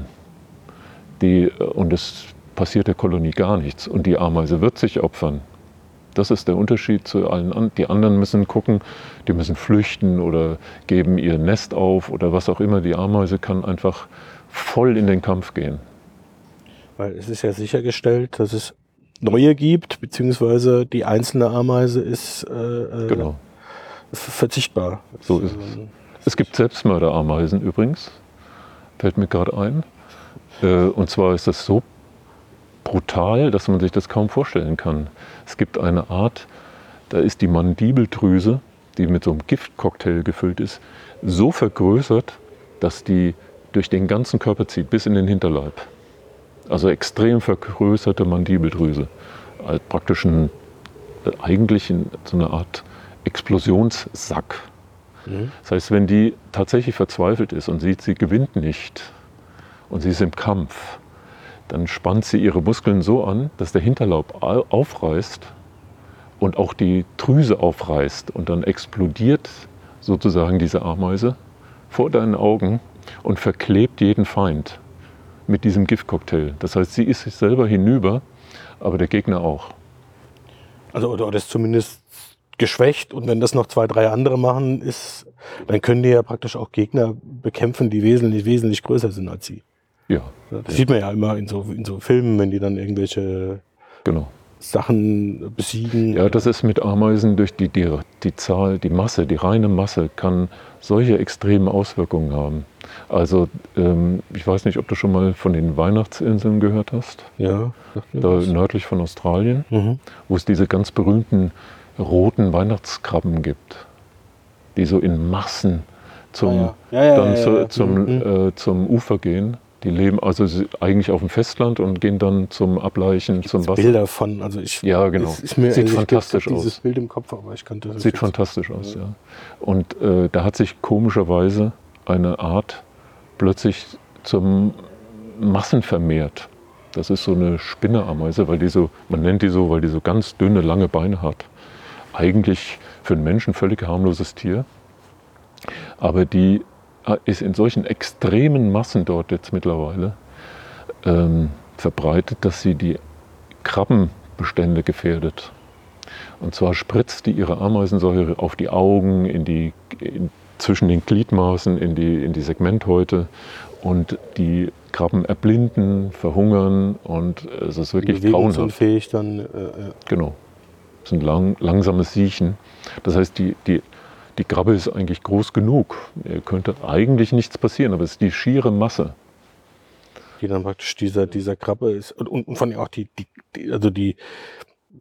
Und es passiert der Kolonie gar nichts. Und die Ameise wird sich opfern. Das ist der Unterschied zu allen anderen. Die anderen müssen gucken, die müssen flüchten oder geben ihr Nest auf oder was auch immer. Die Ameise kann einfach voll in den Kampf gehen. Weil es ist ja sichergestellt, dass es neue gibt, beziehungsweise die einzelne Ameise ist Genau. verzichtbar. So ist es. Es gibt Selbstmörderameisen übrigens, fällt mir gerade ein. Und zwar ist das so brutal, dass man sich das kaum vorstellen kann. Es gibt eine Art, da ist die Mandibeldrüse, die mit so einem Giftcocktail gefüllt ist, so vergrößert, dass die durch den ganzen Körper zieht, bis in den Hinterleib. Also extrem vergrößerte Mandibeldrüse. Also praktisch eigentlich so eine Art Explosionssack. Das heißt, wenn die tatsächlich verzweifelt ist und sieht, sie gewinnt nicht und sie ist im Kampf, dann spannt sie ihre Muskeln so an, dass der Hinterlaub aufreißt und auch die Drüse aufreißt. Und dann explodiert sozusagen diese Ameise vor deinen Augen und verklebt jeden Feind mit diesem Giftcocktail. Das heißt, sie ist sich selber hinüber, aber der Gegner auch. Also oder ist zumindest geschwächt, und wenn das noch 2, 3 andere machen, dann können die ja praktisch auch Gegner bekämpfen, die wesentlich größer sind als sie. Ja. Das sieht man ja immer in so Filmen, wenn die dann irgendwelche Sachen besiegen. Ja, das ist mit Ameisen durch die Zahl, die Masse, die reine Masse kann solche extremen Auswirkungen haben. Also ich weiß nicht, ob du schon mal von den Weihnachtsinseln gehört hast. Ja. Da nördlich von Australien, wo es diese ganz berühmten roten Weihnachtskrabben gibt, die so in Massen zum Ufer gehen. Die leben also eigentlich auf dem Festland und gehen dann zum Ableichen, zum Wasser. Bilder von, ja, genau. Sieht fantastisch aus. Dieses Bild im Kopf, aber ich kannte das. Sieht fantastisch aus, ja. Und da hat sich komischerweise eine Art plötzlich zum Massen vermehrt. Das ist so eine Spinneameise, man nennt die so, weil die so ganz dünne, lange Beine hat. Eigentlich für einen Menschen völlig harmloses Tier. Aber die ist in solchen extremen Massen dort jetzt mittlerweile verbreitet, dass sie die Krabbenbestände gefährdet. Und zwar spritzt die ihre Ameisensäure auf die Augen, zwischen den Gliedmaßen, in die Segmenthäute, und die Krabben erblinden, verhungern, und es ist wirklich grauenhaft. Unfähig dann. Genau. Das ist ein langsames Siechen. Das heißt, die Krabbe ist eigentlich groß genug. Ihr könnte eigentlich nichts passieren, aber es ist die schiere Masse. Die dann praktisch dieser Krabbe ist. Und vor allem auch die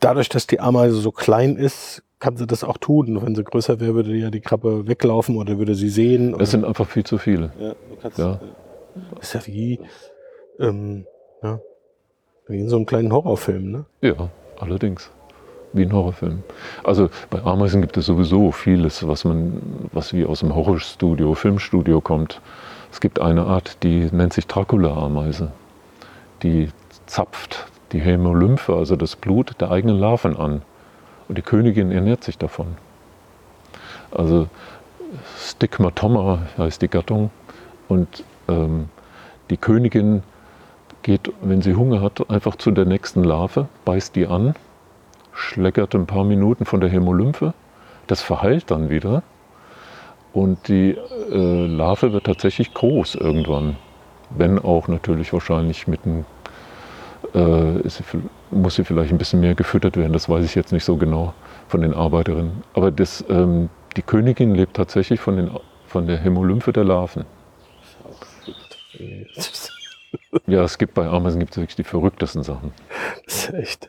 dadurch, dass die Ameise so klein ist, kann sie das auch tun. Wenn sie größer wäre, würde ja die Krabbe weglaufen oder würde sie sehen. Es sind einfach viel zu viele. Ja, du kannst, Ja. Das ist ja wie, wie in so einem kleinen Horrorfilm, ne? Ja, allerdings. Wie ein Horrorfilm. Also bei Ameisen gibt es sowieso vieles, was wie aus dem Horrorstudio, Filmstudio kommt. Es gibt eine Art, die nennt sich Dracula-Ameise. Die zapft die Hämolymphe, also das Blut der eigenen Larven an. Und die Königin ernährt sich davon. Also Stigmatoma heißt die Gattung. Und die Königin geht, wenn sie Hunger hat, einfach zu der nächsten Larve, beißt die an, schleckert ein paar Minuten von der Hämolymphe. Das verheilt dann wieder. Und die Larve wird tatsächlich groß irgendwann. Wenn auch natürlich wahrscheinlich mit einem muss sie vielleicht ein bisschen mehr gefüttert werden, das weiß ich jetzt nicht so genau von den Arbeiterinnen. Aber die Königin lebt tatsächlich von der Hämolymphe der Larven. Ja, bei Ameisen gibt es wirklich die verrücktesten Sachen. Das ist echt.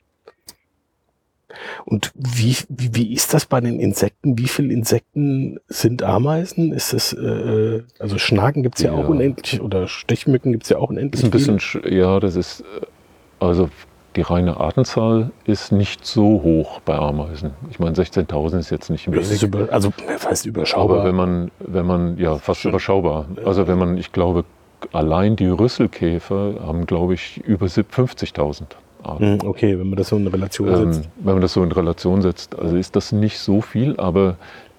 Und wie ist das bei den Insekten? Wie viele Insekten sind Ameisen? Ist das, also Schnaken gibt es ja auch unendlich oder Stechmücken gibt es ja auch unendlich. Das ist ein bisschen, das ist, also die reine Artenzahl ist nicht so hoch bei Ameisen. Ich meine, 16.000 ist jetzt nicht wenig. Also fast überschaubar. Aber wenn man fast schon überschaubar. Also wenn man, ich glaube, allein die Rüsselkäfer haben, glaube ich, über 50.000 Arten. Okay, wenn man das so in Relation setzt. Wenn man das so in Relation setzt, also ist das nicht so viel, aber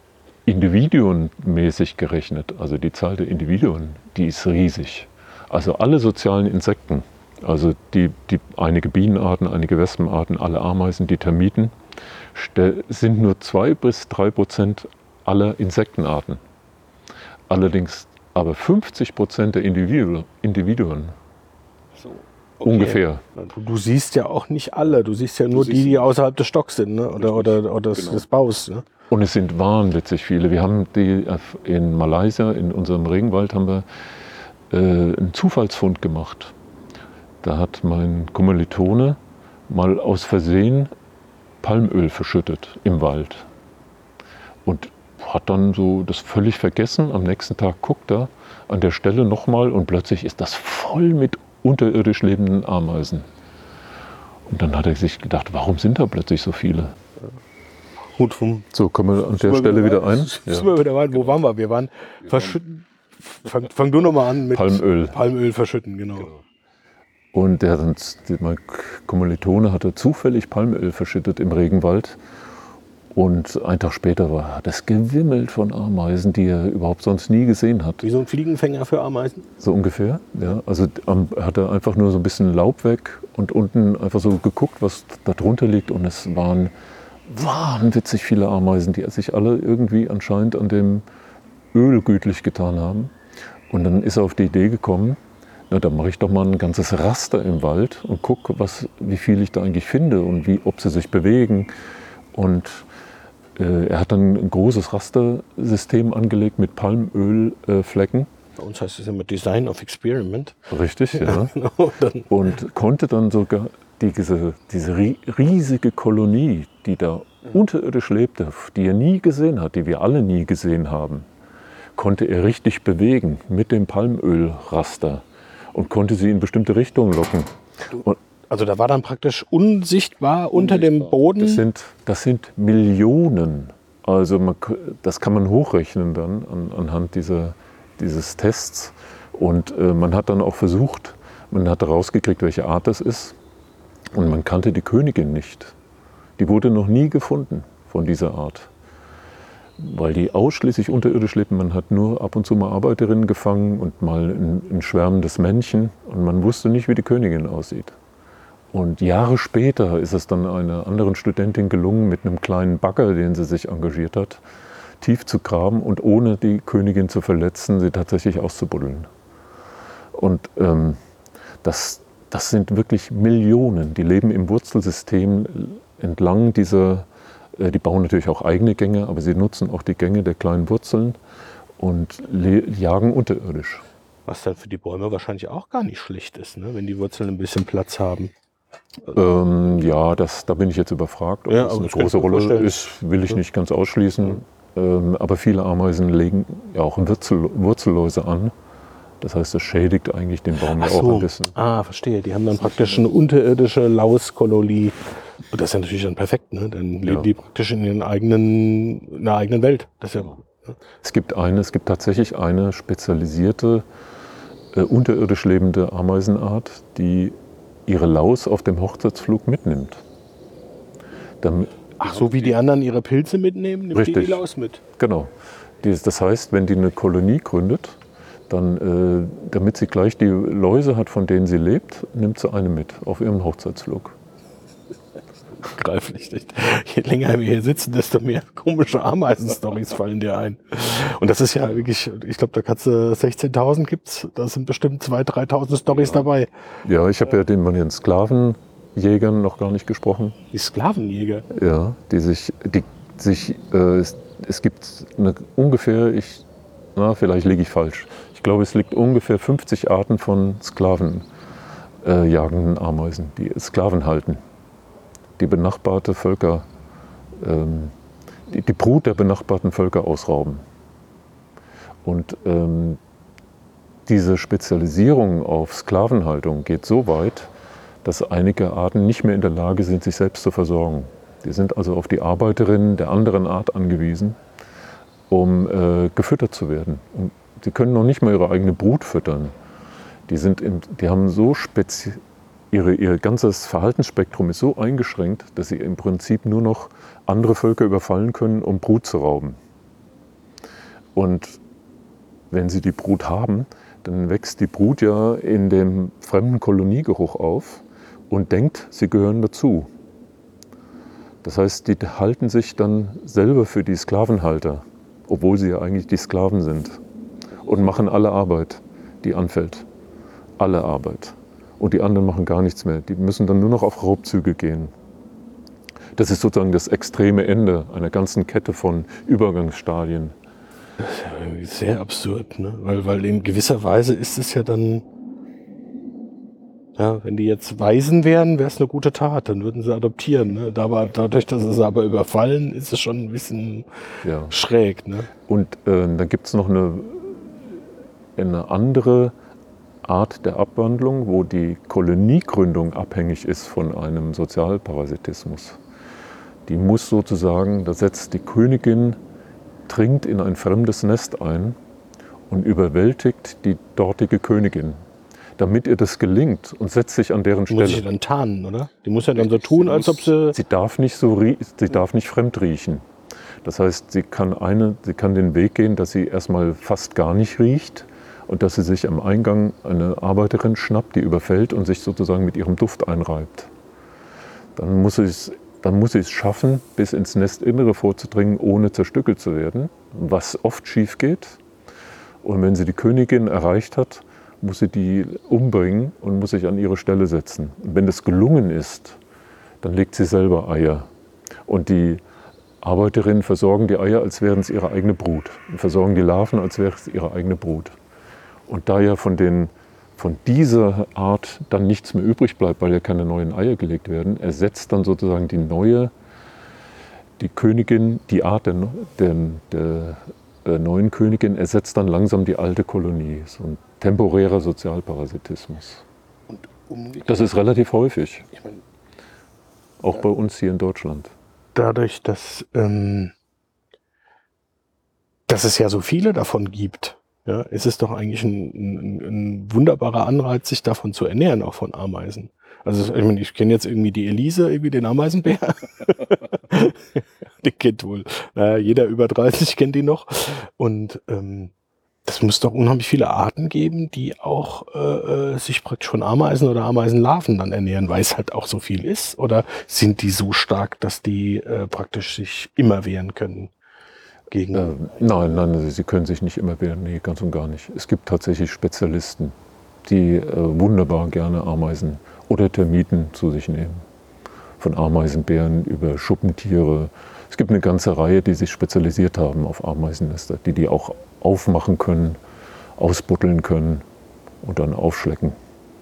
individuenmäßig gerechnet, also die Zahl der Individuen, die ist riesig. Also alle sozialen Insekten, also einige Bienenarten, einige Wespenarten, alle Ameisen, die Termiten, sind nur 2-3% aller Insektenarten. Allerdings aber 50% der Individuen. So, okay. Ungefähr. Du siehst ja auch nicht alle, du siehst ja nur die außerhalb des Stocks sind, ne? oder des Baus. Ne? Und es sind wahnwitzig viele. Wir haben in Malaysia, in unserem Regenwald, haben wir einen Zufallsfund gemacht. Da hat mein Kommilitone mal aus Versehen Palmöl verschüttet im Wald. Und hat dann so das völlig vergessen. Am nächsten Tag guckt er an der Stelle nochmal und plötzlich ist das voll mit unterirdisch lebenden Ameisen. Und dann hat er sich gedacht, warum sind da plötzlich so viele? Gut, so, kommen wir an der Stelle wieder ein. Wo waren wir? Wir waren verschütten. Fang du nochmal an mit Palmöl. Palmöl verschütten, genau. Und mein Kommilitone hatte zufällig Palmöl verschüttet im Regenwald. Und einen Tag später war das gewimmelt von Ameisen, die er überhaupt sonst nie gesehen hat. Wie so ein Fliegenfänger für Ameisen? So ungefähr, ja. Also hat er einfach nur so ein bisschen Laub weg und unten einfach so geguckt, was da drunter liegt. Und es waren wahnwitzig viele Ameisen, die sich alle irgendwie anscheinend an dem Öl gütlich getan haben. Und dann ist er auf die Idee gekommen, na, dann mache ich doch mal ein ganzes Raster im Wald und gucke, wie viel ich da eigentlich finde und ob sie sich bewegen. Und er hat dann ein großes Rastersystem angelegt mit Palmölflecken. Bei uns heißt es immer Design of Experiment. Richtig, ja. Und konnte dann sogar diese riesige Kolonie, die da unterirdisch lebte, die er nie gesehen hat, die wir alle nie gesehen haben, konnte er richtig bewegen mit dem Palmölraster und konnte sie in bestimmte Richtungen locken. Also da war dann praktisch unsichtbar unter dem Boden? Das sind Millionen. Also das kann man hochrechnen dann anhand dieses Tests. Und man hat dann auch versucht, man hat herausgekriegt, welche Art das ist. Und man kannte die Königin nicht. Die wurde noch nie gefunden von dieser Art. Weil die ausschließlich unterirdisch lebten. Man hat nur ab und zu mal Arbeiterinnen gefangen und mal ein schwärmendes Männchen. Und man wusste nicht, wie die Königin aussieht. Und Jahre später ist es dann einer anderen Studentin gelungen, mit einem kleinen Bagger, den sie sich engagiert hat, tief zu graben und ohne die Königin zu verletzen, sie tatsächlich auszubuddeln. Und das sind wirklich Millionen, die leben im Wurzelsystem entlang die bauen natürlich auch eigene Gänge, aber sie nutzen auch die Gänge der kleinen Wurzeln und jagen unterirdisch. Was dann für die Bäume wahrscheinlich auch gar nicht schlecht ist, ne? Wenn die Wurzeln ein bisschen Platz haben. Ja, da bin ich jetzt überfragt. Ob Ja, das aber eine das kann ich große mir Rolle vorstellen. ist, will ich nicht ganz ausschließen. Aber viele Ameisen legen ja auch Wurzelläuse an. Das heißt, das schädigt eigentlich den Baum ja Ach auch so. ein bisschen. Verstehe. Die haben dann praktisch eine unterirdische Lauskolonie. Und das ist ja natürlich dann perfekt, ne? Dann leben Ja. die praktisch in einer eigenen Welt. Das ist ja, Es gibt tatsächlich eine spezialisierte, unterirdisch lebende Ameisenart, die ihre Laus auf dem Hochzeitsflug mitnimmt. ach, so wie die anderen ihre Pilze mitnehmen, nimmt Richtig. die Laus mit. Genau. Das heißt, wenn die eine Kolonie gründet, dann, damit sie gleich die Läuse hat, von denen sie lebt, nimmt sie eine mit auf ihrem Hochzeitsflug. Begreiflich. Je länger wir hier sitzen, desto mehr komische Ameisen-Stories fallen dir ein. Und das ist ja wirklich, ich glaube, da kannst du 16.000 gibt's, da sind bestimmt 2.000, 3.000 Stories dabei. Ja, ich habe ja von den Sklavenjägern noch gar nicht gesprochen. Die Sklavenjäger. Ja, es gibt vielleicht liege ich falsch. Ich glaube, es liegt ungefähr 50 Arten von sklavenjagenden Ameisen, die Sklaven halten. Die benachbarte Völker, die Brut der benachbarten Völker ausrauben. Und diese Spezialisierung auf Sklavenhaltung geht so weit, dass einige Arten nicht mehr in der Lage sind, sich selbst zu versorgen. Die sind also auf die Arbeiterinnen der anderen Art angewiesen, um gefüttert zu werden. Und sie können noch nicht mal ihre eigene Brut füttern. Die haben so ihr ganzes Verhaltensspektrum ist so eingeschränkt, dass sie im Prinzip nur noch andere Völker überfallen können, um Brut zu rauben. Und wenn sie die Brut haben, dann wächst die Brut ja in dem fremden Koloniegeruch auf und denkt, sie gehören dazu. Das heißt, die halten sich dann selber für die Sklavenhalter, obwohl sie ja eigentlich die Sklaven sind, und machen alle Arbeit, die anfällt. Alle Arbeit. Und die anderen machen gar nichts mehr. Die müssen dann nur noch auf Raubzüge gehen. Das ist sozusagen das extreme Ende einer ganzen Kette von Übergangsstadien. Das ist ja irgendwie sehr absurd, ne? Weil in gewisser Weise ist es ja dann, ja, wenn die jetzt Waisen wären, wäre es eine gute Tat, dann würden sie adoptieren, ne? Dadurch, dass sie aber überfallen, ist es schon ein bisschen schräg, ne? Und dann gibt es noch eine andere Art der Abwandlung, wo die Koloniegründung abhängig ist von einem Sozialparasitismus. Die muss sozusagen, da setzt die Königin, dringt in ein fremdes Nest ein und überwältigt die dortige Königin, damit ihr das gelingt, und setzt sich an deren Stelle. Muss sie dann tarnen, oder? Die muss ja dann so tun, als ob sie... Sie darf nicht fremd riechen. Das heißt, sie kann den Weg gehen, dass sie erstmal fast gar nicht riecht, und dass sie sich am Eingang eine Arbeiterin schnappt, die überfällt und sich sozusagen mit ihrem Duft einreibt. Dann muss sie es schaffen, bis ins Nestinnere vorzudringen, ohne zerstückelt zu werden, was oft schief geht. Und wenn sie die Königin erreicht hat, muss sie die umbringen und muss sich an ihre Stelle setzen. Und wenn das gelungen ist, dann legt sie selber Eier. Und die Arbeiterinnen versorgen die Eier, als wären es ihre eigene Brut. Und versorgen die Larven, als wäre es ihre eigene Brut. Und da ja von dieser Art dann nichts mehr übrig bleibt, weil ja keine neuen Eier gelegt werden, ersetzt dann sozusagen die Königin, die Art der neuen Königin, ersetzt dann langsam die alte Kolonie. So ein temporärer Sozialparasitismus. Das ist relativ häufig. Ich meine, auch bei uns hier in Deutschland. Dadurch, dass es ja so viele davon gibt, ja, ist es doch eigentlich ein wunderbarer Anreiz, sich davon zu ernähren, auch von Ameisen. Also ich meine, ich kenne jetzt irgendwie die Elise, irgendwie den Ameisenbär. Den kennt wohl. Naja, jeder über 30 kennt ihn noch. Und das muss doch unheimlich viele Arten geben, die auch sich praktisch von Ameisen oder Ameisenlarven dann ernähren, weil es halt auch so viel ist. Oder sind die so stark, dass die praktisch sich immer wehren können? Nein, sie können sich nicht immer wehren, nee, ganz und gar nicht. Es gibt tatsächlich Spezialisten, die wunderbar gerne Ameisen oder Termiten zu sich nehmen. Von Ameisenbären über Schuppentiere. Es gibt eine ganze Reihe, die sich spezialisiert haben auf Ameisennester, die auch aufmachen können, ausbuddeln können und dann aufschlecken.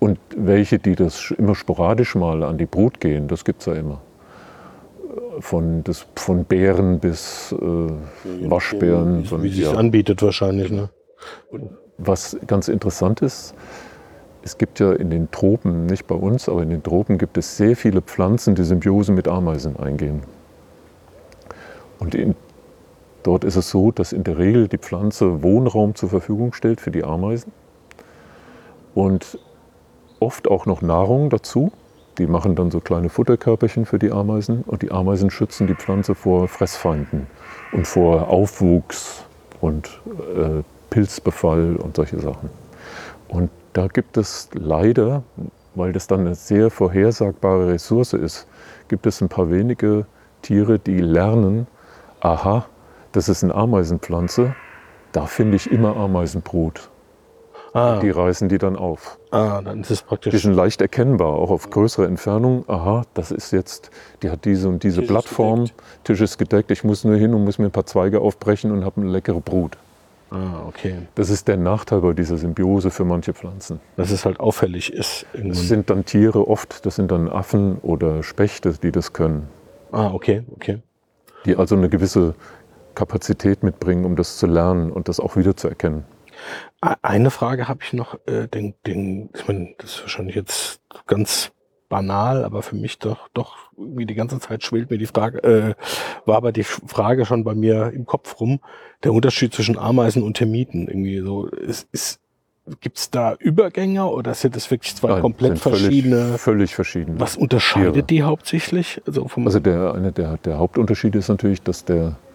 Und welche, die das immer sporadisch mal an die Brut gehen, das gibt es ja immer. Von Bären bis Waschbären. Wie sich anbietet wahrscheinlich. Ne? Was ganz interessant ist, es gibt ja in den Tropen, nicht bei uns, aber in den Tropen gibt es sehr viele Pflanzen, die Symbiose mit Ameisen eingehen. Und dort ist es so, dass in der Regel die Pflanze Wohnraum zur Verfügung stellt für die Ameisen und oft auch noch Nahrung dazu. Die machen dann so kleine Futterkörperchen für die Ameisen und die Ameisen schützen die Pflanze vor Fressfeinden und vor Aufwuchs und Pilzbefall und solche Sachen. Und da gibt es leider, weil das dann eine sehr vorhersagbare Ressource ist, gibt es ein paar wenige Tiere, die lernen, aha, das ist eine Ameisenpflanze, da finde ich immer Ameisenbrut. Die reißen die dann auf. Dann ist es praktisch. Die sind leicht erkennbar, auch auf größere Entfernung. Aha, das ist jetzt, die hat diese und diese Blattform, Tisch ist gedeckt, ich muss nur hin und muss mir ein paar Zweige aufbrechen und habe eine leckere Brut. Okay. Das ist der Nachteil bei dieser Symbiose für manche Pflanzen. Dass es halt auffällig ist. Das sind dann Tiere oft, das sind dann Affen oder Spechte, die das können. Okay. Die also eine gewisse Kapazität mitbringen, um das zu lernen und das auch wieder zu erkennen. Eine Frage habe ich noch, ich meine, das ist wahrscheinlich jetzt ganz banal, aber für mich doch irgendwie die ganze Zeit schwelt mir die Frage, war aber die Frage schon bei mir im Kopf rum, der Unterschied zwischen Ameisen und Termiten. Irgendwie so, gibt es da Übergänge oder sind das wirklich zwei komplett verschiedene? Völlig verschiedene. Was unterscheidet Tiere. die hauptsächlich? Also der Hauptunterschied ist natürlich, dass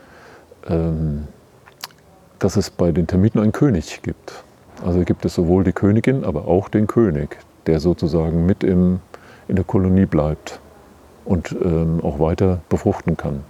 es bei den Termiten einen König gibt. Also gibt es sowohl die Königin, aber auch den König, der sozusagen mit in der Kolonie bleibt und auch weiter befruchten kann.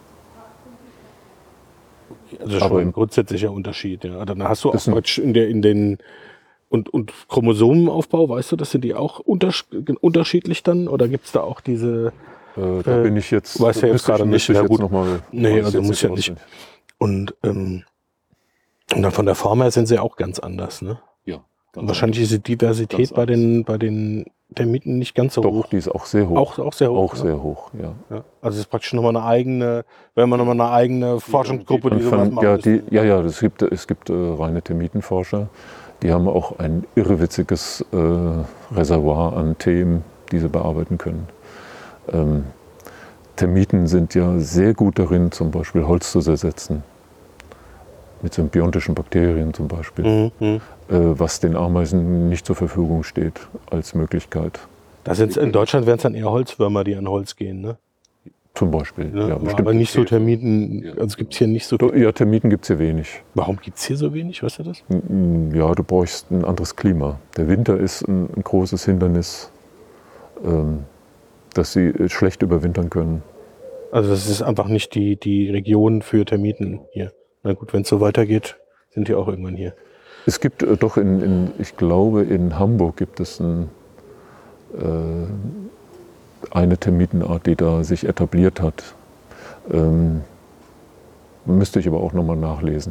Also schon ein grundsätzlicher Unterschied. Ja. Dann hast du auch in den und Chromosomenaufbau, weißt du, das sind die auch unterschiedlich dann? Oder gibt es da auch diese... Da bin ich jetzt... Weiß ja jetzt gerade nicht. Ja, gut. Nee, also muss ja nicht. Und dann von der Form her sind sie auch ganz anders, ne? Ja. Wahrscheinlich ist die Diversität bei den Termiten nicht ganz so hoch. Doch, die ist auch sehr hoch. Auch sehr hoch. Auch sehr hoch, ja. Also es ist praktisch nochmal eine eigene, wenn man nochmal eine eigene Forschungsgruppe, die sowas macht. Es gibt reine Termitenforscher, die haben auch ein irrewitziges Reservoir an Themen, die sie bearbeiten können. Termiten sind ja sehr gut darin, zum Beispiel Holz zu zersetzen. Mit symbiontischen Bakterien zum Beispiel, was den Ameisen nicht zur Verfügung steht als Möglichkeit. In Deutschland wären es dann eher Holzwürmer, die an Holz gehen, ne? Zum Beispiel, ja bestimmt. Aber nicht so Termiten, also gibt es hier nicht so... Ja, Termiten gibt es hier wenig. Warum gibt es hier so wenig, weißt du das? Ja, du brauchst ein anderes Klima. Der Winter ist ein großes Hindernis, dass sie schlecht überwintern können. Also das ist einfach nicht die Region für Termiten hier. Na gut, wenn es so weitergeht, sind die auch irgendwann hier. Es gibt doch ich glaube in Hamburg gibt es eine Termitenart, die da sich etabliert hat. Müsste ich aber auch nochmal nachlesen.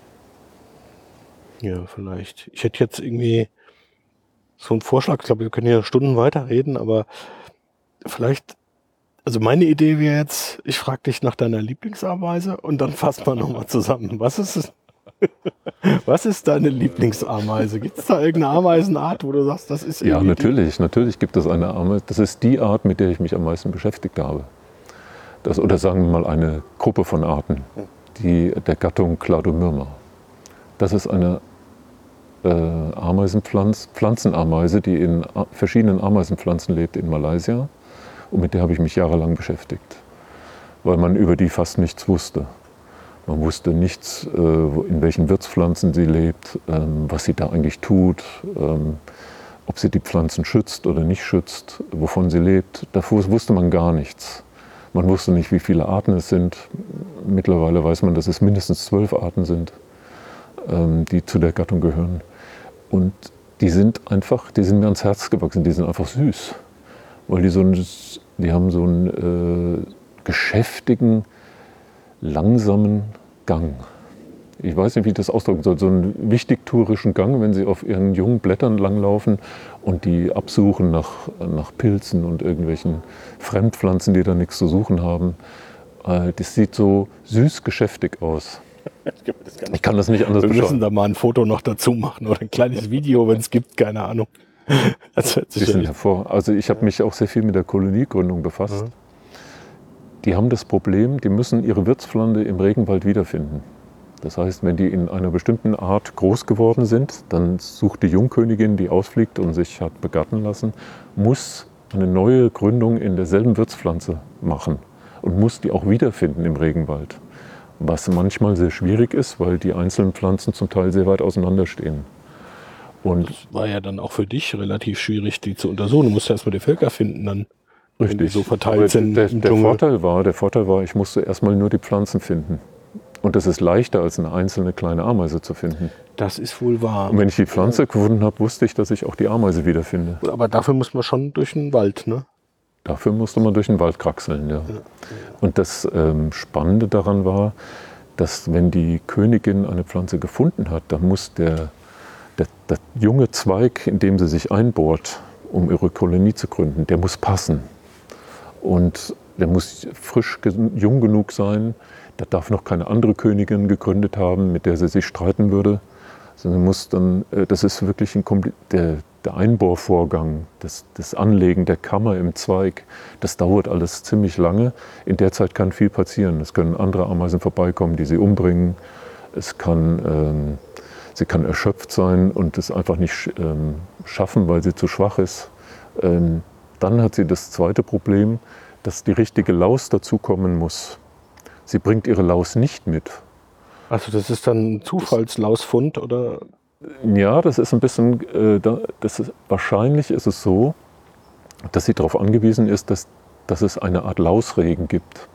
Ja, vielleicht. Ich hätte jetzt irgendwie so einen Vorschlag, ich glaube, wir können hier Stunden weiterreden, aber vielleicht... Also meine Idee wäre jetzt, ich frage dich nach deiner Lieblingsameise und dann fassen wir nochmal zusammen. Was ist deine Lieblingsameise? Gibt es da irgendeine Ameisenart, wo du sagst, das ist irgendwie... Ja, natürlich gibt es eine Ameise. Das ist die Art, mit der ich mich am meisten beschäftigt habe. Oder sagen wir mal eine Gruppe von Arten, der Gattung Cladomyrma. Das ist eine Pflanzenameise, die in verschiedenen Ameisenpflanzen lebt in Malaysia. Und mit der habe ich mich jahrelang beschäftigt, weil man über die fast nichts wusste. Man wusste nichts, in welchen Wirtspflanzen sie lebt, was sie da eigentlich tut, ob sie die Pflanzen schützt oder nicht schützt, wovon sie lebt. Davor wusste man gar nichts. Man wusste nicht, wie viele Arten es sind. Mittlerweile weiß man, dass es mindestens 12 Arten sind, die zu der Gattung gehören. Und die sind mir ans Herz gewachsen, die sind einfach süß. Weil die haben so einen geschäftigen, langsamen Gang. ich weiß nicht, wie ich das ausdrücken soll, so einen wichtigtuerischen Gang, wenn sie auf ihren jungen Blättern langlaufen und die absuchen nach Pilzen und irgendwelchen Fremdpflanzen, die da nichts zu suchen haben. Das sieht so süß geschäftig aus. Ich kann das nicht anders Wir müssen beschreiben. da mal ein Foto noch dazu machen oder ein kleines Video, wenn es gibt, keine Ahnung. Das hört sich Also ich habe mich auch sehr viel mit der Koloniegründung befasst. Die haben das Problem, die müssen ihre Wirtspflanze im Regenwald wiederfinden. Das heißt, wenn die in einer bestimmten Art groß geworden sind, dann sucht die Jungkönigin, die ausfliegt und sich hat begatten lassen, muss eine neue Gründung in derselben Wirtspflanze machen und muss die auch wiederfinden im Regenwald. Was manchmal sehr schwierig ist, weil die einzelnen Pflanzen zum Teil sehr weit auseinanderstehen. Und Das war ja dann auch für dich relativ schwierig, die zu untersuchen. Du musst ja erstmal die Völker finden dann. Wenn die so verteilt Aber sind im der Dschungel. Vorteil war, ich musste erstmal nur die Pflanzen finden. Und das ist leichter, als eine einzelne kleine Ameise zu finden. Das ist wohl wahr. Und wenn ich die Pflanze gefunden habe, wusste ich, dass ich auch die Ameise wiederfinde. Aber dafür muss man schon durch den Wald, ne? Dafür musste man durch den Wald kraxeln, ja. Und das Spannende daran war, dass wenn die Königin eine Pflanze gefunden hat, dann muss der junge Zweig, in dem sie sich einbohrt, um ihre Kolonie zu gründen, der muss passen. Und der muss jung genug sein. Da darf noch keine andere Königin gegründet haben, mit der sie sich streiten würde. Sondern muss dann, das ist wirklich der Einbohrvorgang, das Anlegen der Kammer im Zweig, das dauert alles ziemlich lange. In der Zeit kann viel passieren. Es können andere Ameisen vorbeikommen, die sie umbringen. Sie kann erschöpft sein und es einfach nicht schaffen, weil sie zu schwach ist. Dann hat sie das zweite Problem, dass die richtige Laus dazukommen muss. Sie bringt ihre Laus nicht mit. Also das ist dann ein Zufallslausfund oder? Ja, das ist ein bisschen, wahrscheinlich ist es so, dass sie darauf angewiesen ist, dass es eine Art Lausregen gibt.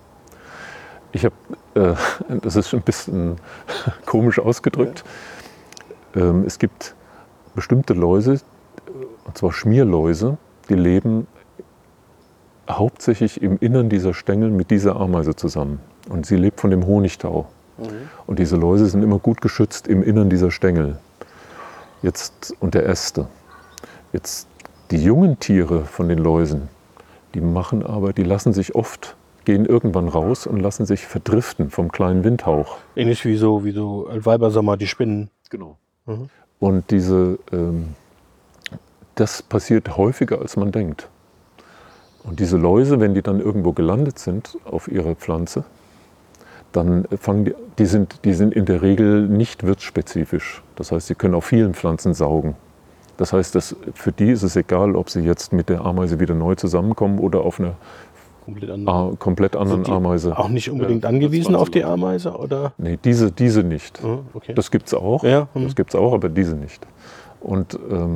Das ist ein bisschen komisch ausgedrückt. Es gibt bestimmte Läuse, und zwar Schmierläuse, die leben hauptsächlich im Innern dieser Stängel mit dieser Ameise zusammen. Und sie lebt von dem Honigtau. Und diese Läuse sind immer gut geschützt im Innern dieser Stängel und der Äste. Jetzt die jungen Tiere von den Läusen, die lassen sich oft, gehen irgendwann raus und lassen sich verdriften vom kleinen Windhauch. Ähnlich wie so Weibersommer, die Spinnen. Genau. Und das passiert häufiger, als man denkt. Und diese Läuse, wenn die dann irgendwo gelandet sind auf ihrer Pflanze, dann die sind in der Regel nicht wirtsspezifisch. Das heißt, sie können auf vielen Pflanzen saugen. Das heißt, für die ist es egal, ob sie jetzt mit der Ameise wieder neu zusammenkommen oder auf einer komplett anderen Ameise. Auch nicht unbedingt angewiesen auf die Ameise, oder? Nee, diese nicht. Okay. Das gibt es auch. Ja. Das gibt's auch, aber diese nicht. Und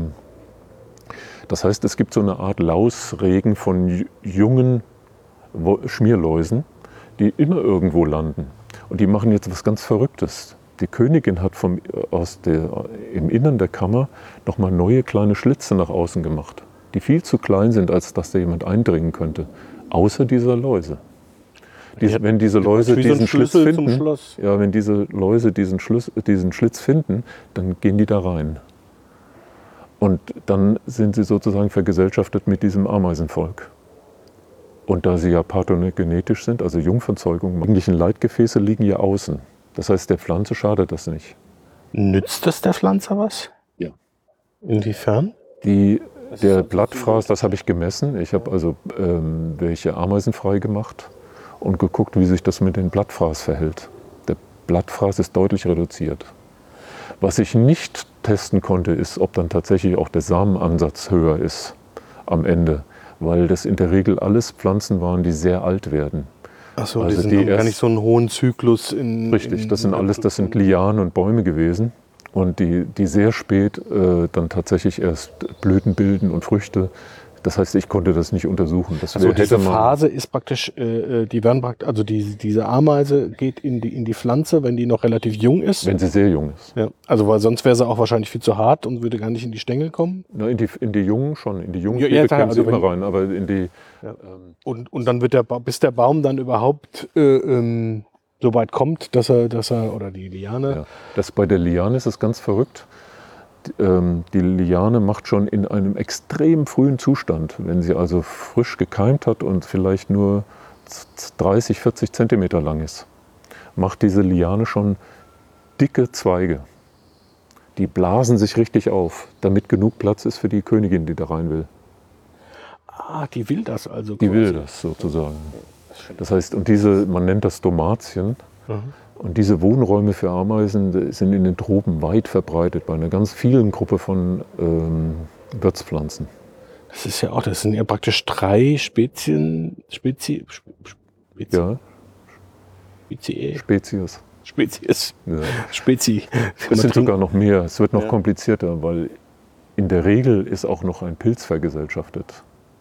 das heißt, es gibt so eine Art Lausregen von jungen Schmierläusen, die immer irgendwo landen. Und die machen jetzt was ganz Verrücktes. Die Königin hat im Innern der Kammer nochmal neue kleine Schlitze nach außen gemacht, die viel zu klein sind, als dass da jemand eindringen könnte. Außer dieser Läuse. Wenn diese Läuse diesen Schlitz finden, wenn diese Läuse diesen Schlitz finden, dann gehen die da rein. Und dann sind sie sozusagen vergesellschaftet mit diesem Ameisenvolk. Und da sie ja parthenogenetisch sind, also Jungfernzeugung, eigentlichen Leitgefäße liegen ja außen. Das heißt, der Pflanze schadet das nicht. Nützt das der Pflanze was? Ja. Inwiefern? Der Blattfraß, das habe ich gemessen. Ich habe also welche Ameisen frei gemacht und geguckt, wie sich das mit dem Blattfraß verhält. Der Blattfraß ist deutlich reduziert. Was ich nicht testen konnte, ist, ob dann tatsächlich auch der Samenansatz höher ist am Ende. Weil das in der Regel alles Pflanzen waren, die sehr alt werden. Achso, also die haben gar nicht so einen hohen Zyklus Richtig, das sind Lianen und Bäume gewesen. Und die sehr spät dann tatsächlich erst Blüten bilden und Früchte. Das heißt, ich konnte das nicht untersuchen. Also diese Phase ist praktisch, diese Ameise geht in die Pflanze, wenn die noch relativ jung ist. Wenn sie sehr jung ist. Ja, also weil sonst wäre sie auch wahrscheinlich viel zu hart und würde gar nicht in die Stängel kommen. Na, in die Jungen schon. In die jungen Triebe kämen sie immer rein, aber in die... Ja. Und dann wird bis der Baum dann überhaupt so weit kommt, dass er, oder die Liane. Ja. Das bei der Liane ist es ganz verrückt. Die Liane macht schon in einem extrem frühen Zustand, wenn sie also frisch gekeimt hat und vielleicht nur 30, 40 Zentimeter lang ist, macht diese Liane schon dicke Zweige. Die blasen sich richtig auf, damit genug Platz ist für die Königin, die da rein will. Ah, die will das also. Die will das sozusagen. Das heißt, und man nennt das Domatien. Und diese Wohnräume für Ameisen sind in den Tropen weit verbreitet, bei einer ganz vielen Gruppe von Wirtspflanzen. Das sind ja praktisch 3 Spezien, Ja, Spezies. ja. Spezi. Es sind sogar noch mehr, es wird noch komplizierter, weil in der Regel ist auch noch ein Pilz vergesellschaftet,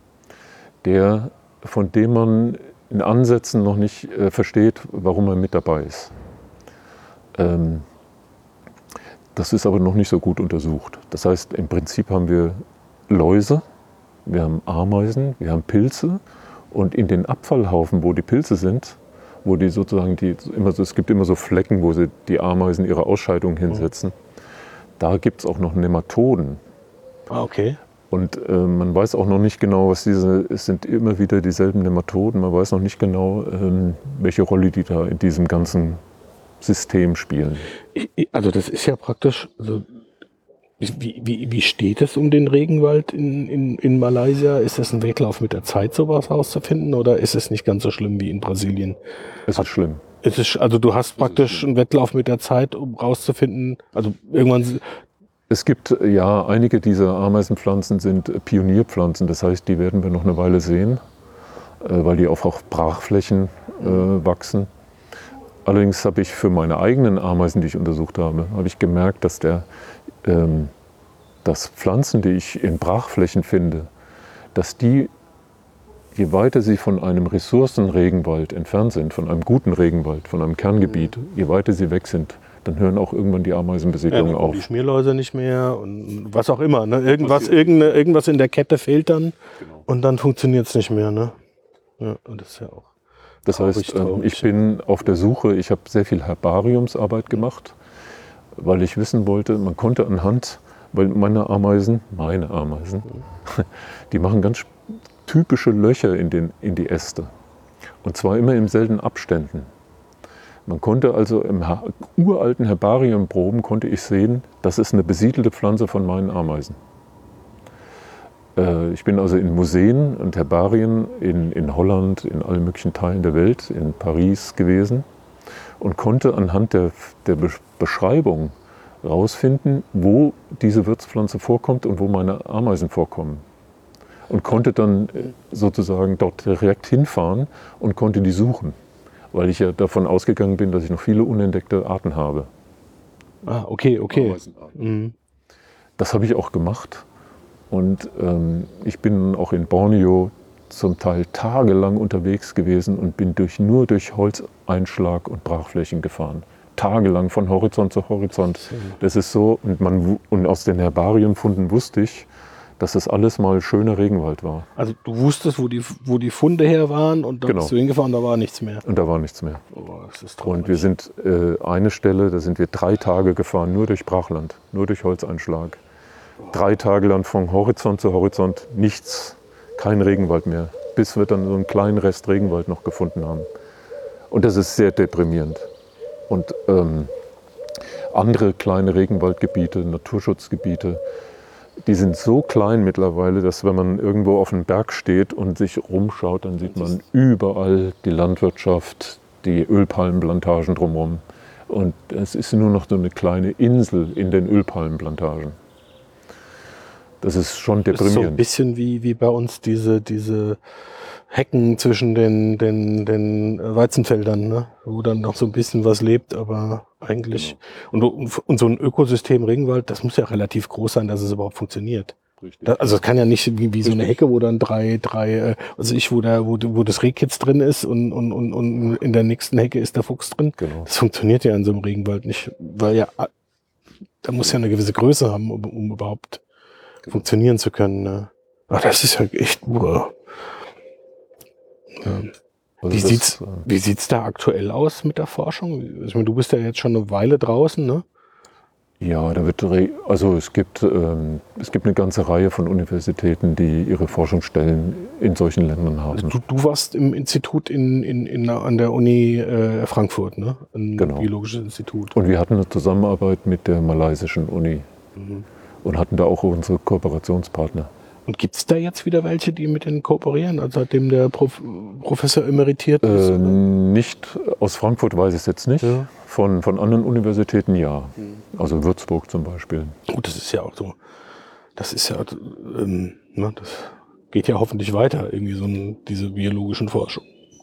von dem man in Ansätzen noch nicht versteht, warum er mit dabei ist. Das ist aber noch nicht so gut untersucht. Das heißt, im Prinzip haben wir Läuse, wir haben Ameisen, wir haben Pilze und in den Abfallhaufen, wo die Pilze sind, wo die sozusagen es gibt immer so Flecken, wo die Ameisen ihre Ausscheidungen hinsetzen, da gibt es auch noch Nematoden. Ah, okay. Und man weiß auch noch nicht genau, es sind immer wieder dieselben Nematoden, man weiß noch nicht genau, welche Rolle die da in diesem ganzen System spielen. Also das ist ja praktisch, also wie steht es um den Regenwald in Malaysia? Ist das ein Wettlauf mit der Zeit, sowas rauszufinden, oder ist es nicht ganz so schlimm wie in Brasilien? Es ist schlimm. Also du hast praktisch einen Wettlauf mit der Zeit, um rauszufinden, also irgendwann... Es gibt ja, einige dieser Ameisenpflanzen sind Pionierpflanzen, das heißt, die werden wir noch eine Weile sehen, weil die auf auch Brachflächen wachsen. Allerdings habe ich für meine eigenen Ameisen, die ich untersucht habe, ich gemerkt, dass dass Pflanzen, die ich in Brachflächen finde, dass die, je weiter sie von einem Ressourcenregenwald entfernt sind, von einem guten Regenwald, von einem Kerngebiet, je weiter sie weg sind, dann hören auch irgendwann die Ameisenbesiedlungen auf. Die Schmierläuse nicht mehr und was auch immer. Ne? Irgendwas in der Kette fehlt dann und dann funktioniert es nicht mehr. Ne? Ja, und das ist ja auch. Das heißt, ich bin auf der Suche, ich habe sehr viel Herbariumsarbeit gemacht, weil ich wissen wollte, man konnte anhand, weil meine Ameisen, die machen ganz typische Löcher in die Äste. Und zwar immer in seltenen Abständen. Man konnte also im uralten Herbariumproben konnte ich sehen, das ist eine besiedelte Pflanze von meinen Ameisen. Ich bin also in Museen und Herbarien in Holland, in allen möglichen Teilen der Welt, in Paris gewesen und konnte anhand der Beschreibung herausfinden, wo diese Wirtspflanze vorkommt und wo meine Ameisen vorkommen. Und konnte dann sozusagen dort direkt hinfahren und konnte die suchen, weil ich ja davon ausgegangen bin, dass ich noch viele unentdeckte Arten habe. Ah, okay. Mhm. Das habe ich auch gemacht. Und ich bin auch in Borneo zum Teil tagelang unterwegs gewesen und bin nur durch Holzeinschlag und Brachflächen gefahren. Tagelang von Horizont zu Horizont. Das ist so, und aus den Herbarienfunden wusste ich, dass das alles mal schöner Regenwald war. Also du wusstest, wo die Funde her waren und dann bist du hingefahren, da war nichts mehr. Und da war nichts mehr. Oh, das ist traurig. Und wir sind eine Stelle, da sind wir 3 Tage gefahren, nur durch Brachland, nur durch Holzeinschlag. 3 Tage lang von Horizont zu Horizont nichts, kein Regenwald mehr, bis wir dann so einen kleinen Rest Regenwald noch gefunden haben. Und das ist sehr deprimierend. Und andere kleine Regenwaldgebiete, Naturschutzgebiete, die sind so klein mittlerweile, dass wenn man irgendwo auf einem Berg steht und sich rumschaut, dann sieht man überall die Landwirtschaft, die Ölpalmenplantagen drumherum. Und es ist nur noch so eine kleine Insel in den Ölpalmenplantagen. Das ist schon deprimierend. Das ist so ein bisschen wie bei uns diese Hecken zwischen den Weizenfeldern, ne? Wo dann noch so ein bisschen was lebt, aber eigentlich... Genau. Und so ein Ökosystem Regenwald, das muss ja relativ groß sein, dass es überhaupt funktioniert. Also es kann ja nicht wie so eine Hecke, wo dann wo das Rehkitz drin ist und in der nächsten Hecke ist der Fuchs drin. Genau. Das funktioniert ja in so einem Regenwald nicht, weil ja, da muss ja eine gewisse Größe haben, um überhaupt funktionieren zu können. Ne? Ach, das ist ja echt... Ja. Also Wie sieht's da aktuell aus mit der Forschung? Ich meine, du bist ja jetzt schon eine Weile draußen, ne? ja, es gibt eine ganze Reihe von Universitäten, die ihre Forschungsstellen in solchen Ländern haben. Also du warst im Institut an der Uni Frankfurt, ne? Ein Genau. biologisches Institut. Und wir hatten eine Zusammenarbeit mit der malaysischen Uni und hatten da auch unsere Kooperationspartner. Und gibt es da jetzt wieder welche, die mit denen kooperieren, also seitdem der Professor emeritiert ist? Nicht aus Frankfurt weiß ich es jetzt nicht. Ja. Von anderen Universitäten ja. Also Würzburg zum Beispiel. Gut, das ist ja auch so. Das ist ja, ne, das geht ja hoffentlich weiter, irgendwie so diese biologischen Forschung.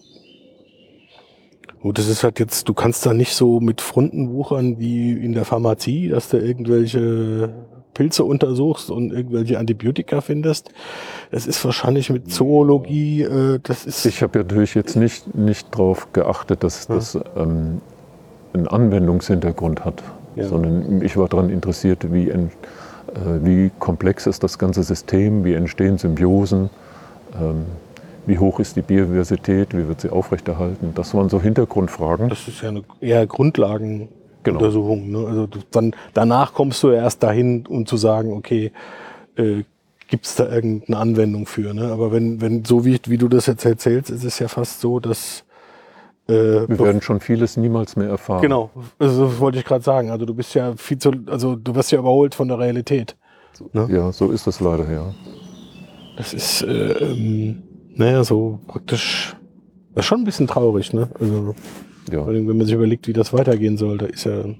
Gut, das ist halt jetzt, du kannst da nicht so mit Fronten wuchern wie in der Pharmazie, dass du irgendwelche Pilze untersuchst und irgendwelche Antibiotika findest. Das ist wahrscheinlich mit Zoologie, das ist... Ich habe ja natürlich jetzt nicht darauf geachtet, dass das einen Anwendungshintergrund hat, sondern ich war daran interessiert, wie komplex ist das ganze System, wie entstehen Symbiosen, wie hoch ist die Biodiversität, wie wird sie aufrechterhalten. Das waren so Hintergrundfragen. Das ist ja eine eher Grundlagenuntersuchung. Ne? Also danach kommst du erst dahin, um zu sagen, okay, gibt es da irgendeine Anwendung für? Ne? Aber wenn so wie du das jetzt erzählst, ist es ja fast so, dass wir werden schon vieles niemals mehr erfahren. Genau, also das wollte ich gerade sagen. Also du bist ja du wirst ja überholt von der Realität. Ne? Ja, so ist es leider, ja. Das ist, naja, so praktisch, das ist schon ein bisschen traurig, ne? Also, Ja. wenn man sich überlegt, wie das weitergehen soll, da ist ja...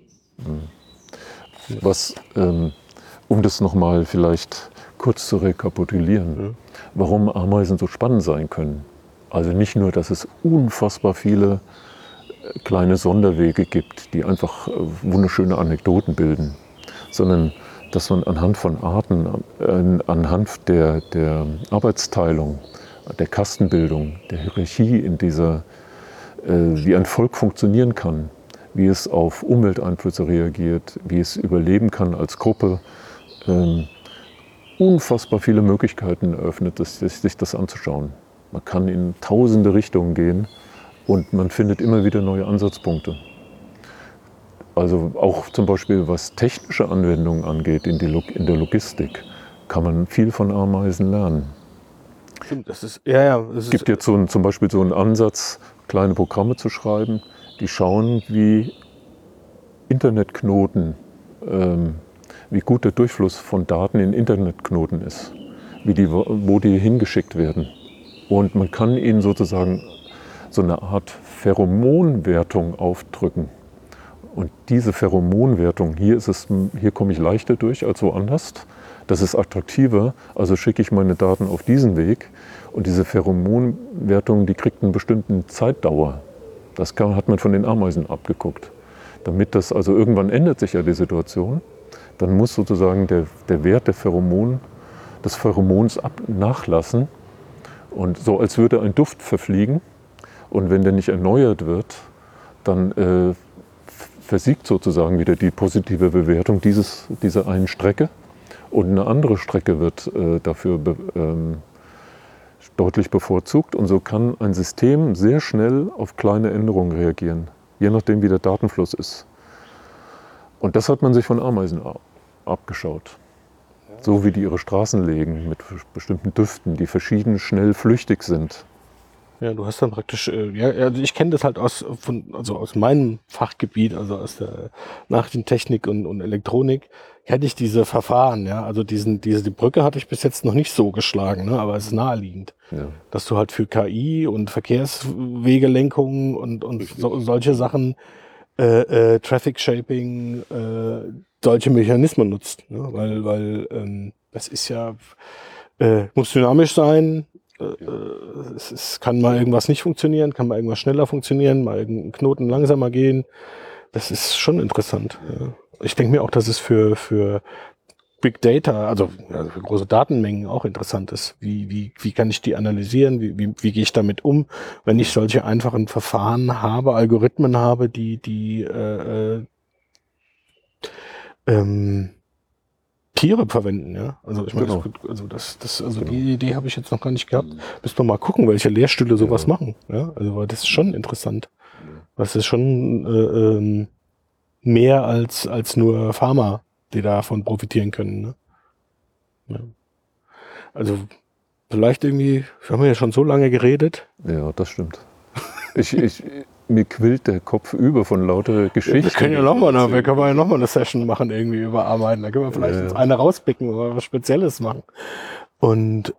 Was, um das nochmal vielleicht kurz zu rekapitulieren, warum Ameisen so spannend sein können. Also nicht nur, dass es unfassbar viele kleine Sonderwege gibt, die einfach wunderschöne Anekdoten bilden, sondern dass man anhand von Arten, anhand der Arbeitsteilung, der Kastenbildung, der Hierarchie in dieser, wie ein Volk funktionieren kann, wie es auf Umwelteinflüsse reagiert, wie es überleben kann als Gruppe, unfassbar viele Möglichkeiten eröffnet, sich das anzuschauen. Man kann in tausende Richtungen gehen und man findet immer wieder neue Ansatzpunkte. Also auch zum Beispiel was technische Anwendungen angeht in der Logistik, kann man viel von Ameisen lernen. Stimmt, das ist, ja. Es gibt jetzt zum Beispiel so einen Ansatz, kleine Programme zu schreiben, die schauen, wie Internetknoten, wie gut der Durchfluss von Daten in Internetknoten ist, wo die hingeschickt werden. Und man kann ihnen sozusagen so eine Art Pheromonwertung aufdrücken. Und diese Pheromonwertung, hier komme ich leichter durch als woanders. Das ist attraktiver, also schicke ich meine Daten auf diesen Weg. Und diese Pheromonwertung, die kriegt einen bestimmten Zeitdauer. Das hat man von den Ameisen abgeguckt. Damit das, also irgendwann ändert sich ja die Situation, dann muss sozusagen der Wert des Pheromons nachlassen. Und so als würde ein Duft verfliegen. Und wenn der nicht erneuert wird, dann versiegt sozusagen wieder die positive Bewertung dieser einen Strecke. Und eine andere Strecke wird dafür deutlich bevorzugt. Und so kann ein System sehr schnell auf kleine Änderungen reagieren, je nachdem wie der Datenfluss ist. Und das hat man sich von Ameisen abgeschaut. So wie die ihre Straßen legen mit bestimmten Düften, die verschieden schnell flüchtig sind. Ja, du hast dann praktisch, also ich kenne das halt aus meinem Fachgebiet, also aus der Nachrichtentechnik und Elektronik, kenne ich diese Verfahren, ja, also die Brücke hatte ich bis jetzt noch nicht so geschlagen, ne, aber es ist naheliegend, dass du halt für KI und Verkehrswegelenkung und solche Sachen, Traffic Shaping, solche Mechanismen nutzt, ne, weil das ist ja, muss dynamisch sein. Es kann mal irgendwas nicht funktionieren, kann mal irgendwas schneller funktionieren, mal irgendein Knoten langsamer gehen. Das ist schon interessant. Ja. Ich denke mir auch, dass es für Big Data, also für große Datenmengen auch interessant ist. Wie kann ich die analysieren? Wie gehe ich damit um, wenn ich solche einfachen Verfahren habe, Algorithmen habe, die Tiere verwenden, ja. Also ich meine, Genau. die Idee habe ich jetzt noch gar nicht gehabt. Müssen wir mal gucken, welche Lehrstühle sowas machen. Ja, also weil das ist schon interessant. Das ist schon mehr als nur Farmer, die davon profitieren können. Ne? Ja. Also vielleicht irgendwie, wir haben ja schon so lange geredet. Ja, das stimmt. Mir quillt der Kopf über von lauter Geschichten. Wir können ja nochmal eine Session machen irgendwie über Ameisen. Da können wir vielleicht jetzt eine rauspicken oder was Spezielles machen. Und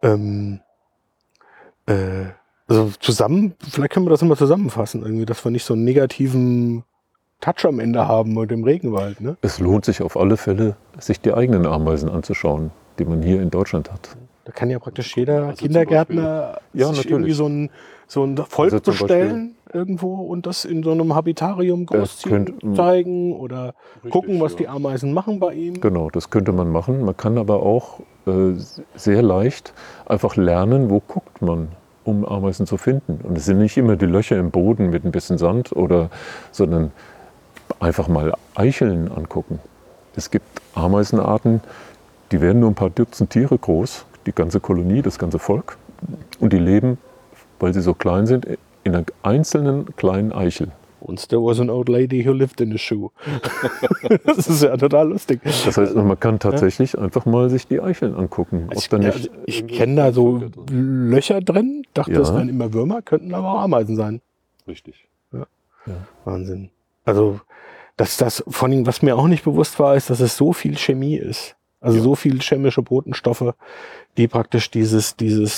also vielleicht können wir das immer zusammenfassen, irgendwie, dass wir nicht so einen negativen Touch am Ende haben mit dem Regenwald. Ne? Es lohnt sich auf alle Fälle, sich die eigenen Ameisen anzuschauen, die man hier in Deutschland hat. Da kann ja praktisch jeder Kindergärtner sich irgendwie so ein Volk Also zum bestellen irgendwo und das in so einem Habitarium großziehen, zeigen oder gucken, was die Ameisen machen bei ihm. Genau, das könnte man machen. Man kann aber auch sehr leicht einfach lernen, wo guckt man, um Ameisen zu finden. Und es sind nicht immer die Löcher im Boden mit ein bisschen Sand, sondern einfach mal Eicheln angucken. Es gibt Ameisenarten, die werden nur ein paar Dutzend Tiere groß, die ganze Kolonie, das ganze Volk. Und die leben, weil sie so klein sind, in einer einzelnen kleinen Eichel. Once there was an old lady who lived in a shoe. Das ist ja total lustig. Das heißt, man kann tatsächlich einfach mal sich die Eicheln angucken. Ich kenne da so Löcher drin, dachte, das wären immer Würmer, könnten aber auch Ameisen sein. Richtig. Ja. Wahnsinn. Also, vor allem, was mir auch nicht bewusst war, ist, dass es so viel Chemie ist. Also so viel chemische Botenstoffe, die praktisch das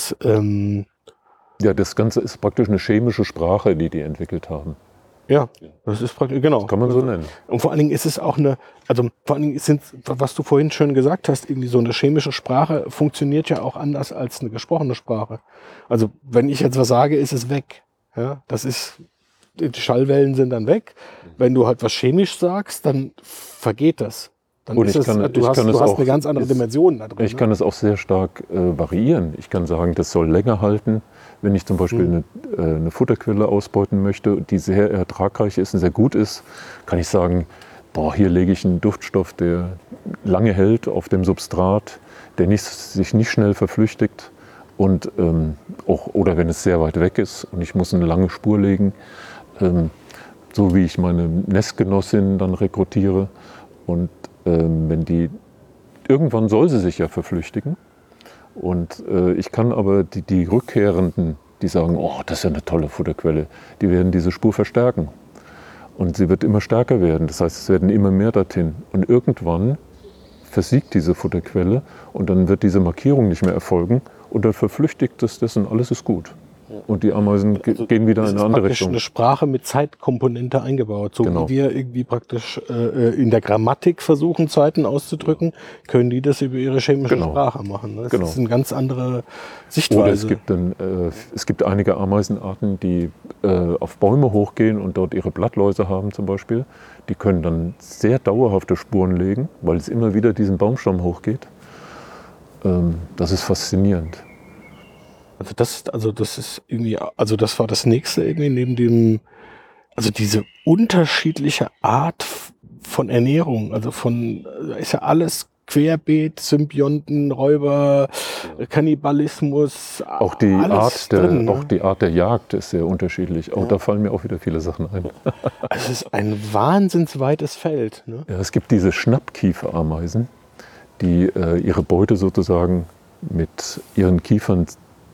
Ganze ist praktisch eine chemische Sprache, die entwickelt haben. Ja, das ist praktisch, genau. Das kann man so nennen. Und vor allen Dingen ist es auch was du vorhin schön gesagt hast, irgendwie so eine chemische Sprache funktioniert ja auch anders als eine gesprochene Sprache. Also wenn ich jetzt was sage, ist es weg. Ja, die Schallwellen sind dann weg. Wenn du halt was chemisch sagst, dann vergeht das. Dann du hast eine ganz andere Dimension da drin. Ich kann es auch sehr stark variieren. Ich kann sagen, das soll länger halten. Wenn ich zum Beispiel eine Futterquelle ausbeuten möchte, die sehr ertragreich ist und sehr gut ist, kann ich sagen, hier lege ich einen Duftstoff, der lange hält auf dem Substrat, der sich nicht schnell verflüchtigt. Und oder wenn es sehr weit weg ist und ich muss eine lange Spur legen, so wie ich meine Nestgenossin dann rekrutiere. Und irgendwann soll sie sich ja verflüchtigen. Und ich kann aber die Rückkehrenden, die sagen, das ist ja eine tolle Futterquelle, die werden diese Spur verstärken. Und sie wird immer stärker werden. Das heißt, es werden immer mehr dorthin. Und irgendwann versiegt diese Futterquelle und dann wird diese Markierung nicht mehr erfolgen und dann verflüchtigt es das und alles ist gut. Und die Ameisen gehen wieder in eine andere Richtung. Das ist eine Sprache mit Zeitkomponente eingebaut. So wie wir irgendwie praktisch in der Grammatik versuchen, Zeiten auszudrücken, können die das über ihre chemische Sprache machen. Das ist eine ganz andere Sichtweise. Oder es gibt einige Ameisenarten, die auf Bäume hochgehen und dort ihre Blattläuse haben zum Beispiel. Die können dann sehr dauerhafte Spuren legen, weil es immer wieder diesen Baumstamm hochgeht. Das ist faszinierend. Das war das nächste irgendwie neben dem, also diese unterschiedliche Art von Ernährung, da ist ja alles querbeet, Symbionten, Räuber, Kannibalismus, auch die Art der Jagd ist sehr unterschiedlich. Auch da fallen mir auch wieder viele Sachen ein. Es ist ein wahnsinns weites Feld. Ne? Ja, es gibt diese Schnappkieferameisen, die ihre Beute sozusagen mit ihren Kiefern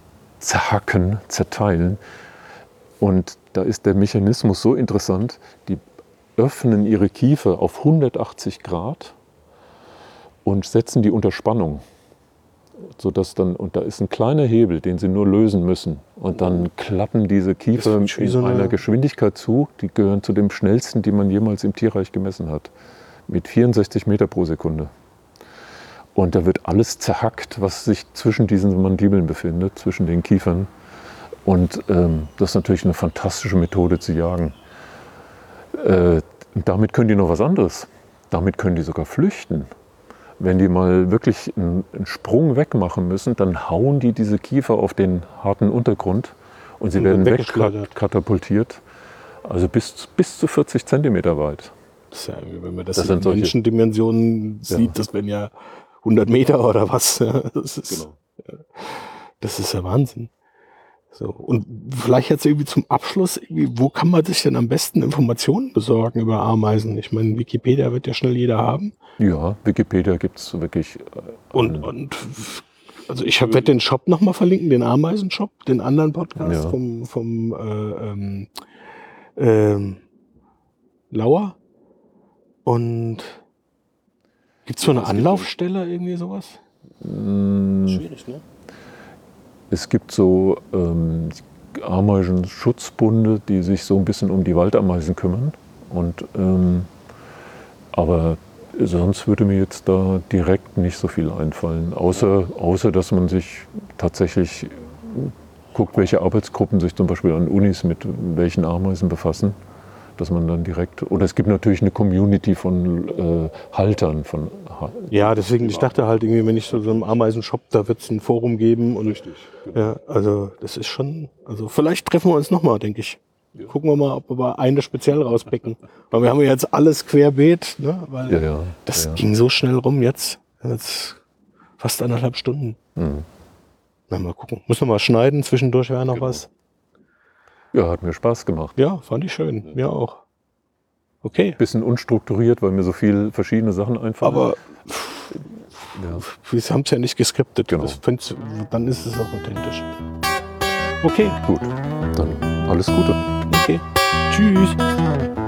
zerteilen. Und da ist der Mechanismus so interessant, die öffnen ihre Kiefer auf 180 Grad und setzen die unter Spannung. Und da ist ein kleiner Hebel, den sie nur lösen müssen. Und dann klappen diese Kiefer in einer Geschwindigkeit zu, die gehören zu dem schnellsten, die man jemals im Tierreich gemessen hat. Mit 64 Meter pro Sekunde. Und da wird alles zerhackt, was sich zwischen diesen Mandibeln befindet, zwischen den Kiefern. Und das ist natürlich eine fantastische Methode zu jagen. Damit können die noch was anderes. Damit können die sogar flüchten. Wenn die mal wirklich einen Sprung wegmachen müssen, dann hauen die diese Kiefer auf den harten Untergrund und sie werden wegkatapultiert. Also bis zu 40 Zentimeter weit. Das ist ja, wenn man das in Menschendimensionen sieht, das wären ja 100 Meter oder was. Ja, Genau. das ist ja Wahnsinn. So, und vielleicht jetzt irgendwie zum Abschluss, wo kann man sich denn am besten Informationen besorgen über Ameisen? Ich meine, Wikipedia wird ja schnell jeder haben. Ja, Wikipedia gibt es wirklich. Und also ich werde den Shop nochmal verlinken, den Ameisenshop, den anderen Podcast Ja. vom Lauer. Und gibt es so eine Anlaufstelle, irgendwie sowas? Schwierig, ne? Es gibt so Ameisenschutzbunde, die sich so ein bisschen um die Waldameisen kümmern. Und, aber sonst würde mir jetzt da direkt nicht so viel einfallen, außer dass man sich tatsächlich guckt, welche Arbeitsgruppen sich zum Beispiel an Unis mit welchen Ameisen befassen, dass man dann direkt, oder es gibt natürlich eine Community von Haltern von. Ja, deswegen, ich dachte halt irgendwie, wenn ich so einem Ameisenshop, da wird es ein Forum geben. Und, Richtig. Genau. ja, also das ist schon, also vielleicht treffen wir uns nochmal, denke ich. Ja. Gucken wir mal, ob wir eine speziell rauspicken. Weil wir haben ja jetzt alles querbeet, ne? Weil Ja. das ging so schnell rum jetzt fast 1,5 Stunden. Mhm. Na, mal gucken. Muss noch mal schneiden, zwischendurch wäre noch Genau. was. Ja, hat mir Spaß gemacht. Ja, fand ich schön. Mir auch. Okay. Bisschen unstrukturiert, weil mir so viele verschiedene Sachen einfallen. Aber ja. wir haben es ja nicht geskriptet. Genau. Dann ist es auch authentisch. Okay, Gut, dann alles Gute. okay. Tschüss.